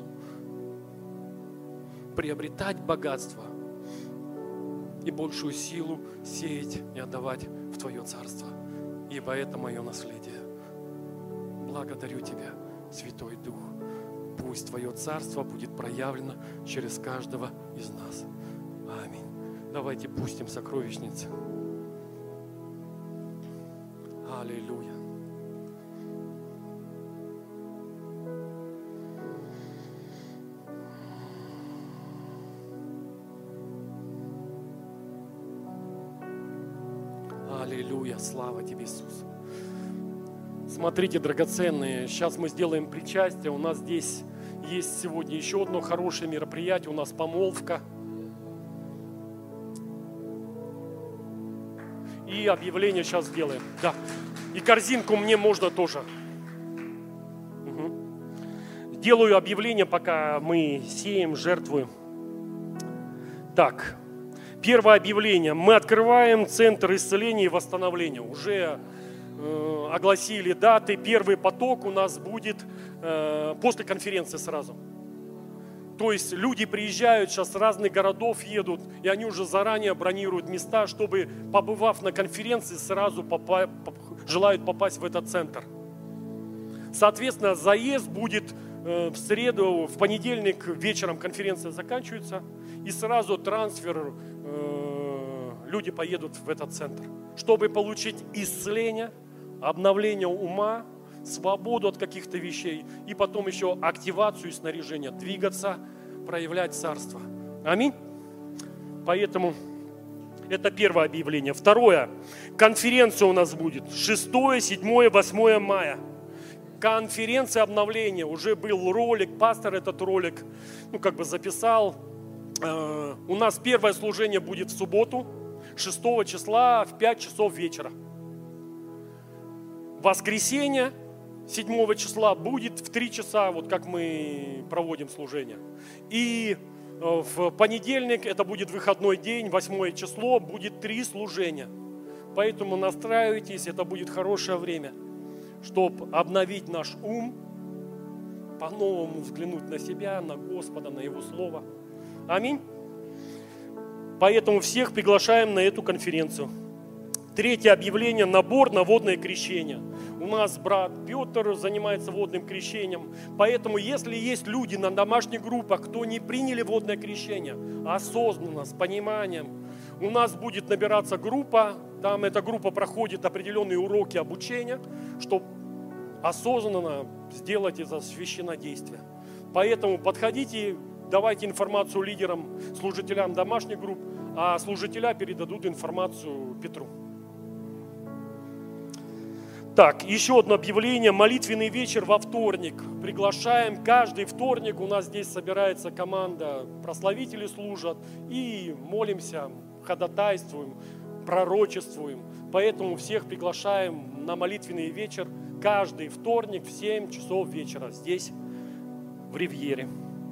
приобретать богатство и большую силу сеять и отдавать в Твое Царство. Ибо это мое наследие. Благодарю Тебя, Святой Дух. Пусть Твое Царство будет проявлено через каждого из нас. Аминь. Давайте пустим сокровищницы. Аллилуйя. Аллилуйя. Слава Тебе, Иисус. Смотрите, драгоценные, сейчас мы сделаем причастие. У нас здесь есть сегодня еще одно хорошее мероприятие. У нас помолвка. И объявление сейчас сделаем. Да. И корзинку мне можно тоже. Угу. Делаю объявление, пока мы сеем, жертвуем. Так. Первое объявление. Мы открываем центр исцеления и восстановления. Уже э, огласили даты. Первый поток у нас будет э, после конференции сразу. То есть люди приезжают сейчас с разных городов, едут, и они уже заранее бронируют места, чтобы, побывав на конференции, сразу попа- желают попасть в этот центр. Соответственно, заезд будет э, в среду, в понедельник вечером конференция заканчивается, и сразу трансфер, э, люди поедут в этот центр, чтобы получить исцеление, обновление ума, свободу от каких-то вещей, и потом еще активацию и снаряжение, двигаться, проявлять царство. Аминь. Поэтому это первое объявление. Второе. Конференция у нас будет шестое, седьмое, восьмое мая. Конференция обновления. Уже был ролик, пастор этот ролик, ну, как бы записал. Э, у нас первое служение будет в субботу, шестого числа в пять часов вечера. Воскресенье седьмого числа будет в три часа, вот как мы проводим служение. И в понедельник, это будет выходной день, восьмое число, будет три служения. Поэтому настраивайтесь, это будет хорошее время, чтобы обновить наш ум, по-новому взглянуть на себя, на Господа, на Его Слово. Аминь. Поэтому всех приглашаем на эту конференцию. Третье объявление – набор на водное крещение. У нас брат Петр занимается водным крещением. Поэтому, если есть люди на домашних группах, кто не приняли водное крещение, осознанно, с пониманием, у нас будет набираться группа. Там эта группа проходит определенные уроки обучения, чтобы осознанно сделать это священнодействие. Поэтому подходите, давайте информацию лидерам, служителям домашних групп, а служителя передадут информацию Петру. Так, еще одно объявление. Молитвенный вечер во вторник. Приглашаем. Каждый вторник у нас здесь собирается команда, прославители служат. И молимся, ходатайствуем, пророчествуем. Поэтому всех приглашаем на молитвенный вечер каждый вторник в семь часов вечера здесь, в Ривьере.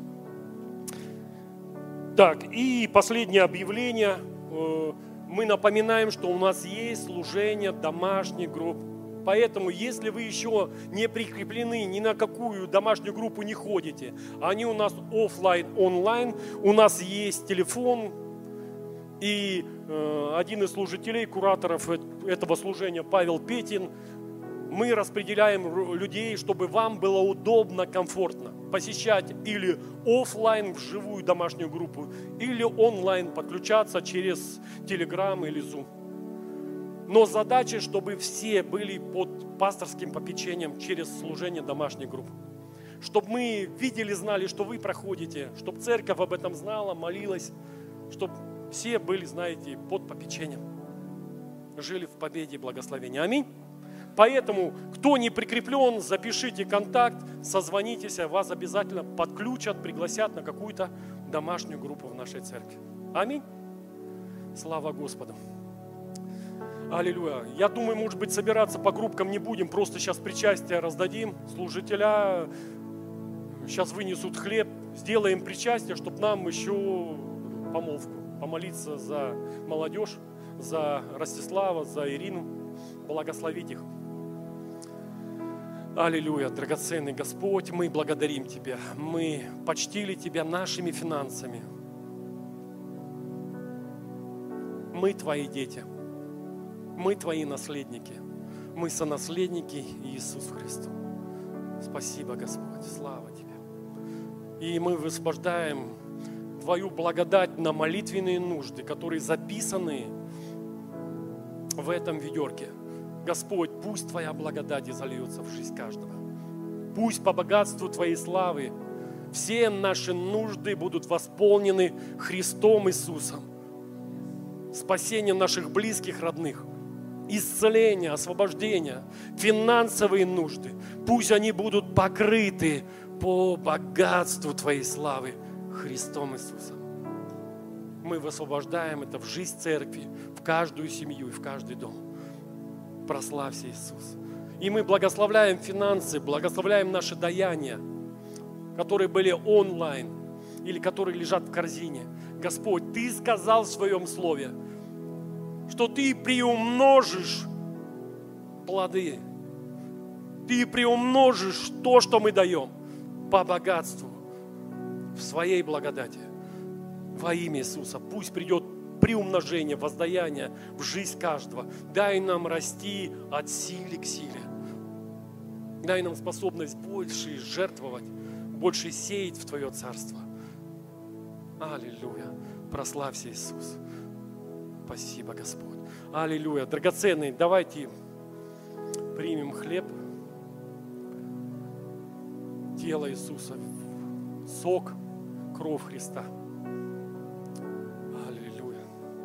Так, и последнее объявление. Мы напоминаем, что у нас есть служение домашних групп. Поэтому, если вы еще не прикреплены ни на какую домашнюю группу, не ходите, они у нас офлайн, онлайн, у нас есть телефон, и э, один из служителей, кураторов этого служения, Павел Петин, мы распределяем людей, чтобы вам было удобно, комфортно посещать или офлайн вживую домашнюю группу, или онлайн подключаться через Telegram или Zoom. Но задача, чтобы все были под пасторским попечением через служение домашних групп. Чтобы мы видели, знали, что вы проходите, чтобы церковь об этом знала, молилась, чтобы все были, знаете, под попечением. Жили в победе и благословении. Аминь. Поэтому, кто не прикреплен, запишите контакт, созвонитесь, вас обязательно подключат, пригласят на какую-то домашнюю группу в нашей церкви. Аминь. Слава Господу. Аллилуйя. Я думаю, может быть, собираться по группкам не будем, просто сейчас причастие раздадим, служителя сейчас вынесут хлеб, сделаем причастие, чтобы нам еще помолвку, помолиться за молодежь, за Ростислава, за Ирину, благословить их. Аллилуйя, драгоценный Господь, мы благодарим Тебя, мы почтили Тебя нашими финансами. Мы Твои дети. Мы Твои наследники, мы сонаследники Иисусу Христу. Спасибо, Господь, слава Тебе. И мы высвобождаем Твою благодать на молитвенные нужды, которые записаны в этом ведерке. Господь, пусть Твоя благодать изольется в жизнь каждого. Пусть по богатству Твоей славы все наши нужды будут восполнены Христом Иисусом. Спасение наших близких, родных. Исцеление, освобождение, финансовые нужды. Пусть они будут покрыты по богатству Твоей славы Христом Иисусом. Мы высвобождаем это в жизнь церкви, в каждую семью и в каждый дом. Прославься, Иисус. И мы благословляем финансы, благословляем наши даяния, которые были онлайн или которые лежат в корзине. Господь, Ты сказал в Своем Слове, что Ты приумножишь плоды. Ты приумножишь то, что мы даем по богатству в Своей благодати. Во имя Иисуса пусть придет приумножение, воздаяние в жизнь каждого. Дай нам расти от силы к силе. Дай нам способность больше жертвовать, больше сеять в Твое Царство. Аллилуйя. Прославься, Иисус. Спасибо, Господь. Аллилуйя. Драгоценные, давайте примем хлеб. Тело Иисуса, сок, кровь Христа. Аллилуйя.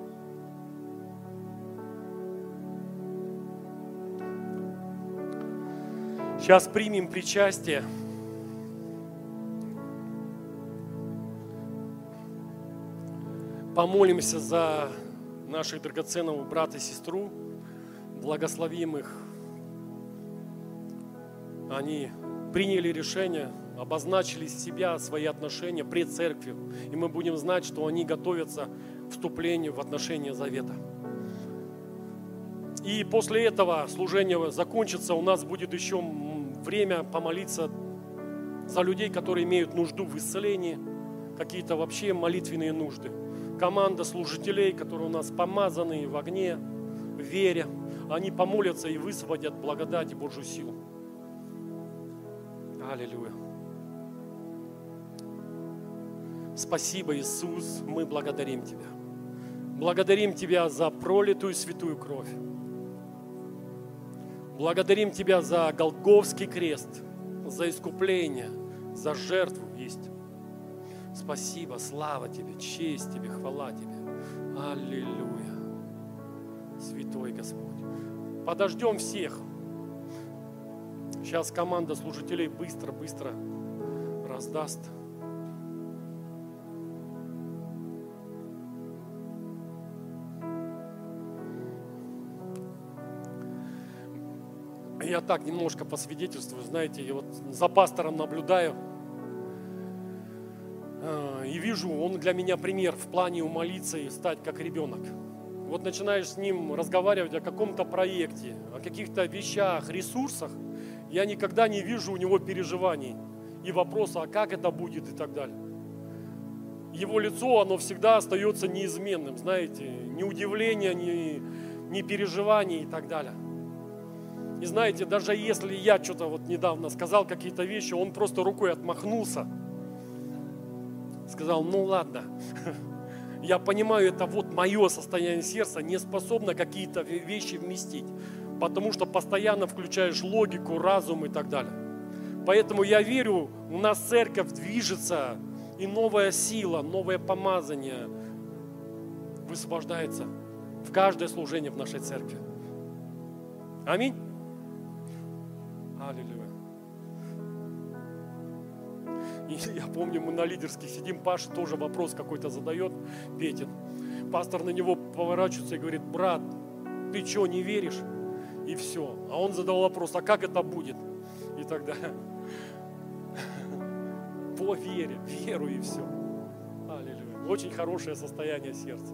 Сейчас примем причастие. Помолимся за наших драгоценного брата и сестру, благословим их. Аминь. они приняли решение, обозначили себя, свои отношения пред церковью. И мы будем знать, что они готовятся к вступлению в отношения завета. И после этого служение закончится, у нас будет еще время помолиться за людей, которые имеют нужду в исцелении, какие-то вообще молитвенные нужды. Команда служителей, которые у нас помазаны в огне, в вере, они помолятся и высвободят благодать и Божью силу. Аллилуйя. Спасибо, Иисус, мы благодарим Тебя. Благодарим Тебя за пролитую святую кровь. Благодарим Тебя за Голгофский крест, за искупление, за жертву есть. Спасибо, слава Тебе, честь Тебе, хвала Тебе. Аллилуйя. Святой Господь. Подождем всех. Сейчас команда служителей быстро-быстро раздаст. Я так немножко посвидетельствую, знаете, я вот за пастором наблюдаю и вижу, он для меня пример в плане умолиться и стать как ребенок. Вот начинаешь с ним разговаривать о каком-то проекте, о каких-то вещах, ресурсах, я никогда не вижу у него переживаний и вопроса, а как это будет и так далее. Его лицо, оно всегда остается неизменным, знаете, ни удивления, ни, ни переживаний и так далее. И знаете, даже если я что-то вот недавно сказал какие-то вещи, он просто рукой отмахнулся, сказал, ну ладно, я понимаю, это вот мое состояние сердца не способно какие-то вещи вместить, потому что постоянно включаешь логику, разум и так далее. Поэтому я верю, у нас церковь движется, и новая сила, новое помазание высвобождается в каждое служение в нашей церкви. Аминь. Аллилуйя. И я помню, мы на лидерских сидим, Паша тоже вопрос какой-то задает, Петин. Пастор на него поворачивается и говорит, брат, ты что, не веришь? И все. А он задал вопрос, а как это будет? И так далее. По вере, веру и все. Аллилуйя. Очень хорошее состояние сердца.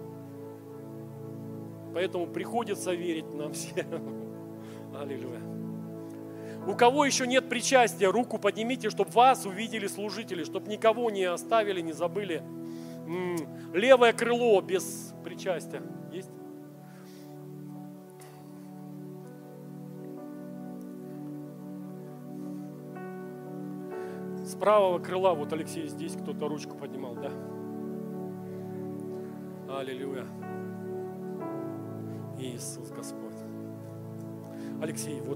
Поэтому приходится верить нам всем. Аллилуйя. У кого еще нет причастия, руку поднимите, чтобы вас увидели служители, чтобы никого не оставили, не забыли. М-м, левое крыло без причастия. Есть? С правого крыла, вот Алексей здесь, кто-то ручку поднимал, да? Аллилуйя. Иисус Господь. Алексей, вот.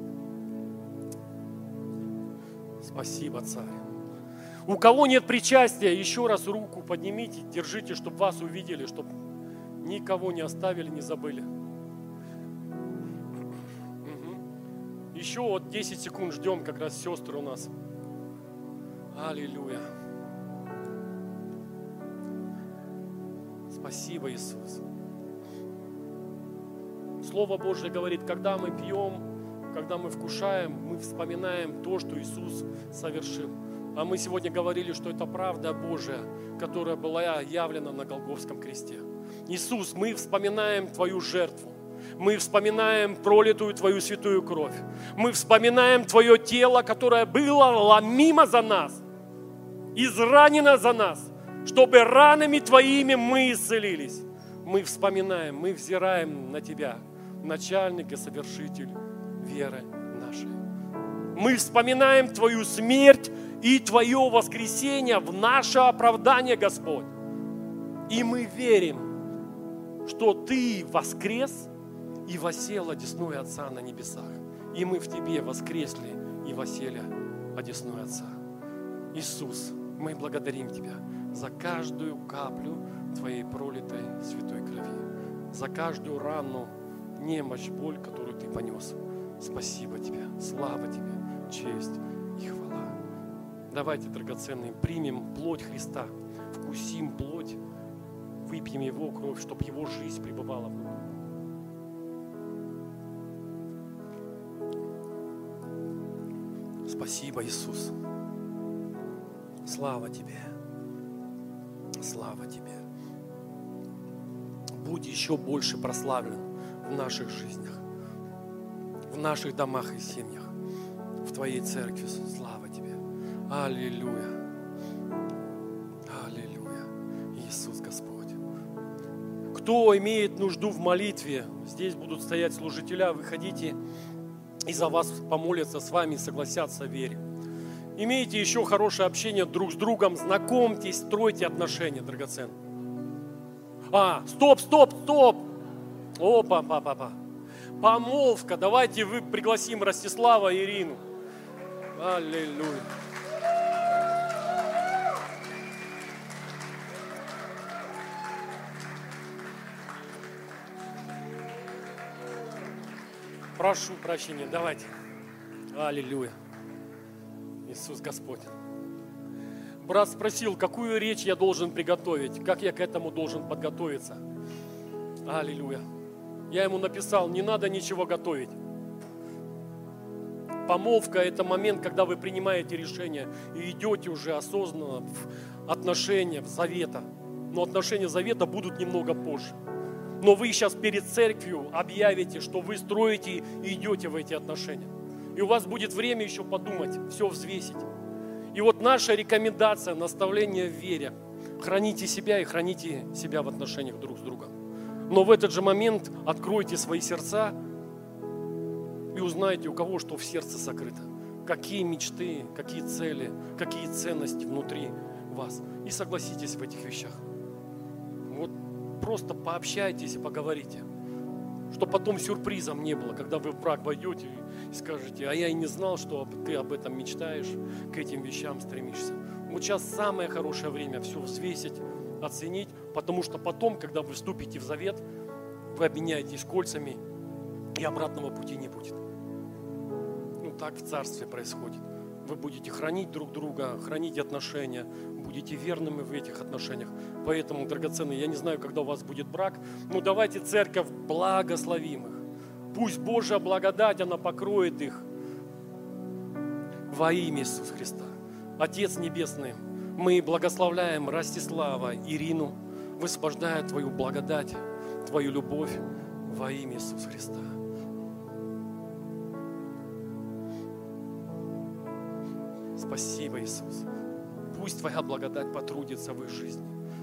Спасибо, Царь. У кого нет причастия, еще раз руку поднимите, держите, чтобы вас увидели, чтобы никого не оставили, не забыли. Угу. Еще вот десять секунд ждем, как раз сестры у нас. Аллилуйя. Спасибо, Иисус. Слово Божье говорит, когда мы пьем, когда мы вкушаем, мы вспоминаем то, что Иисус совершил. А мы сегодня говорили, что это правда Божия, которая была явлена на Голгофском кресте. Иисус, мы вспоминаем Твою жертву. Мы вспоминаем пролитую Твою святую кровь. Мы вспоминаем Твое тело, которое было ломимо за нас, изранено за нас, чтобы ранами Твоими мы исцелились. Мы вспоминаем, мы взираем на Тебя, начальник и совершитель веры нашей. Мы вспоминаем Твою смерть и Твое воскресение в наше оправдание, Господь. И мы верим, что Ты воскрес и воссел одесную Отца на небесах. И мы в Тебе воскресли и воссели одесную Отца. Иисус, мы благодарим Тебя за каждую каплю Твоей пролитой святой крови, за каждую рану, немощь, боль, которую Ты понес. Спасибо Тебе, слава Тебе, честь и хвала. Давайте, драгоценные, примем плоть Христа, вкусим плоть, выпьем Его кровь, чтобы Его жизнь пребывала в нас. Спасибо, Иисус. Слава Тебе. Слава Тебе. Будь еще больше прославлен в наших жизнях, в наших домах и семьях, в Твоей церкви. Слава Тебе. Аллилуйя. Аллилуйя. Иисус Господь. Кто имеет нужду в молитве, здесь будут стоять служителя, выходите, и за вас помолятся с вами, согласятся в вере. Имейте еще хорошее общение друг с другом, знакомьтесь, стройте отношения, драгоценные. А, стоп, стоп, стоп! Опа, папа, папа. Помолвка. Давайте вы пригласим Ростислава и Ирину. Аллилуйя. Прошу прощения, давайте. Аллилуйя. Иисус Господь. Брат спросил, какую речь я должен приготовить, как я к этому должен подготовиться. Аллилуйя. Я ему написал, не надо ничего готовить. Помолвка – это момент, когда вы принимаете решение и идете уже осознанно в отношения, в завета. Но отношения завета будут немного позже. Но вы сейчас перед церковью объявите, что вы строите и идете в эти отношения. И у вас будет время еще подумать, все взвесить. И вот наша рекомендация, наставление в вере. Храните себя и храните себя в отношениях друг с другом. Но в этот же момент откройте свои сердца и узнайте, у кого что в сердце сокрыто. Какие мечты, какие цели, какие ценности внутри вас. И согласитесь в этих вещах. Вот просто пообщайтесь и поговорите. Чтобы потом сюрпризом не было, когда вы в брак войдете и скажете, а я и не знал, что ты об этом мечтаешь, к этим вещам стремишься. Вот сейчас самое хорошее время все взвесить, оценить, потому что потом, когда вы вступите в завет, вы обменяетесь кольцами, и обратного пути не будет. Ну так в царстве происходит. Вы будете хранить друг друга, хранить отношения, будете верными в этих отношениях. Поэтому, драгоценные, я не знаю, когда у вас будет брак, но давайте церковь благословим их. Пусть Божья благодать, она покроет их во имя Иисуса Христа. Отец Небесный, мы благословляем Ростислава, Ирину, высвобождая Твою благодать, Твою любовь во имя Иисуса Христа. Спасибо, Иисус. Пусть Твоя благодать потрудится в их жизни.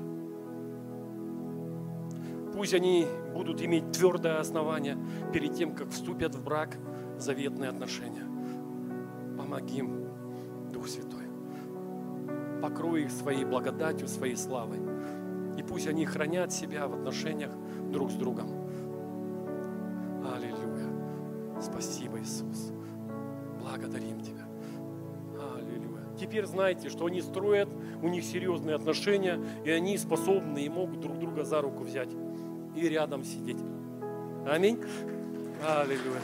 Пусть они будут иметь твердое основание перед тем, как вступят в брак, заветные отношения. Помоги им, Дух Святой. Покрой их своей благодатью, своей славой. И пусть они хранят себя в отношениях друг с другом. Аллилуйя. Спасибо, Иисус. Благодарим Тебя. Теперь знайте, что они строят, у них серьезные отношения, и они способны и могут друг друга за руку взять и рядом сидеть. Аминь. Аллилуйя.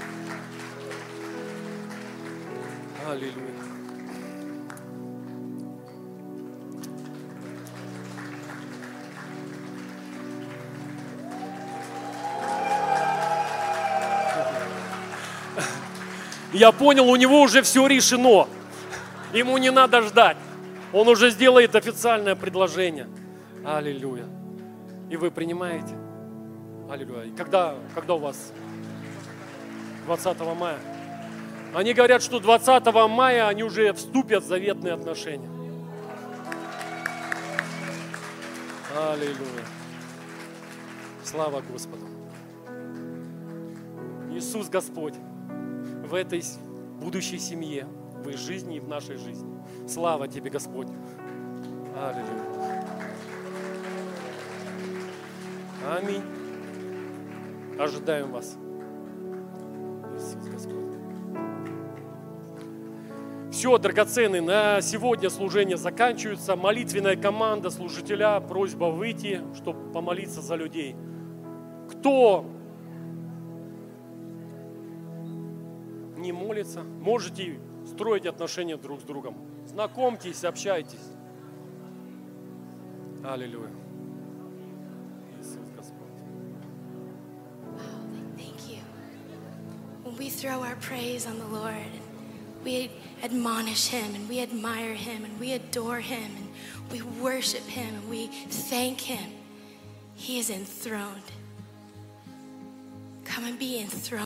Аллилуйя. Я понял, у него уже все решено. Ему не надо ждать. Он уже сделает официальное предложение. Аллилуйя. И вы принимаете? Аллилуйя. И когда, когда у вас? двадцатого мая. Они говорят, что двадцатого мая они уже вступят в заветные отношения. Аллилуйя. Слава Господу. Иисус Господь в этой будущей семье, в их жизни и в нашей жизни. Слава Тебе, Господь. Аллилуйя. Аминь. Ожидаем вас. Иисус Господь. Все, драгоценные, на сегодня служение заканчивается. Молитвенная команда служителя, просьба выйти, чтобы помолиться за людей. Кто не молится, можете строить отношения друг с другом. Знакомьтесь, общайтесь. Аллилуйя. Иисус Господь. Thank you. When we throw our praise on the Lord, we admonish him and we admire him and we adore him and we worship him and we thank him. He is enthroned. Come and be enthroned.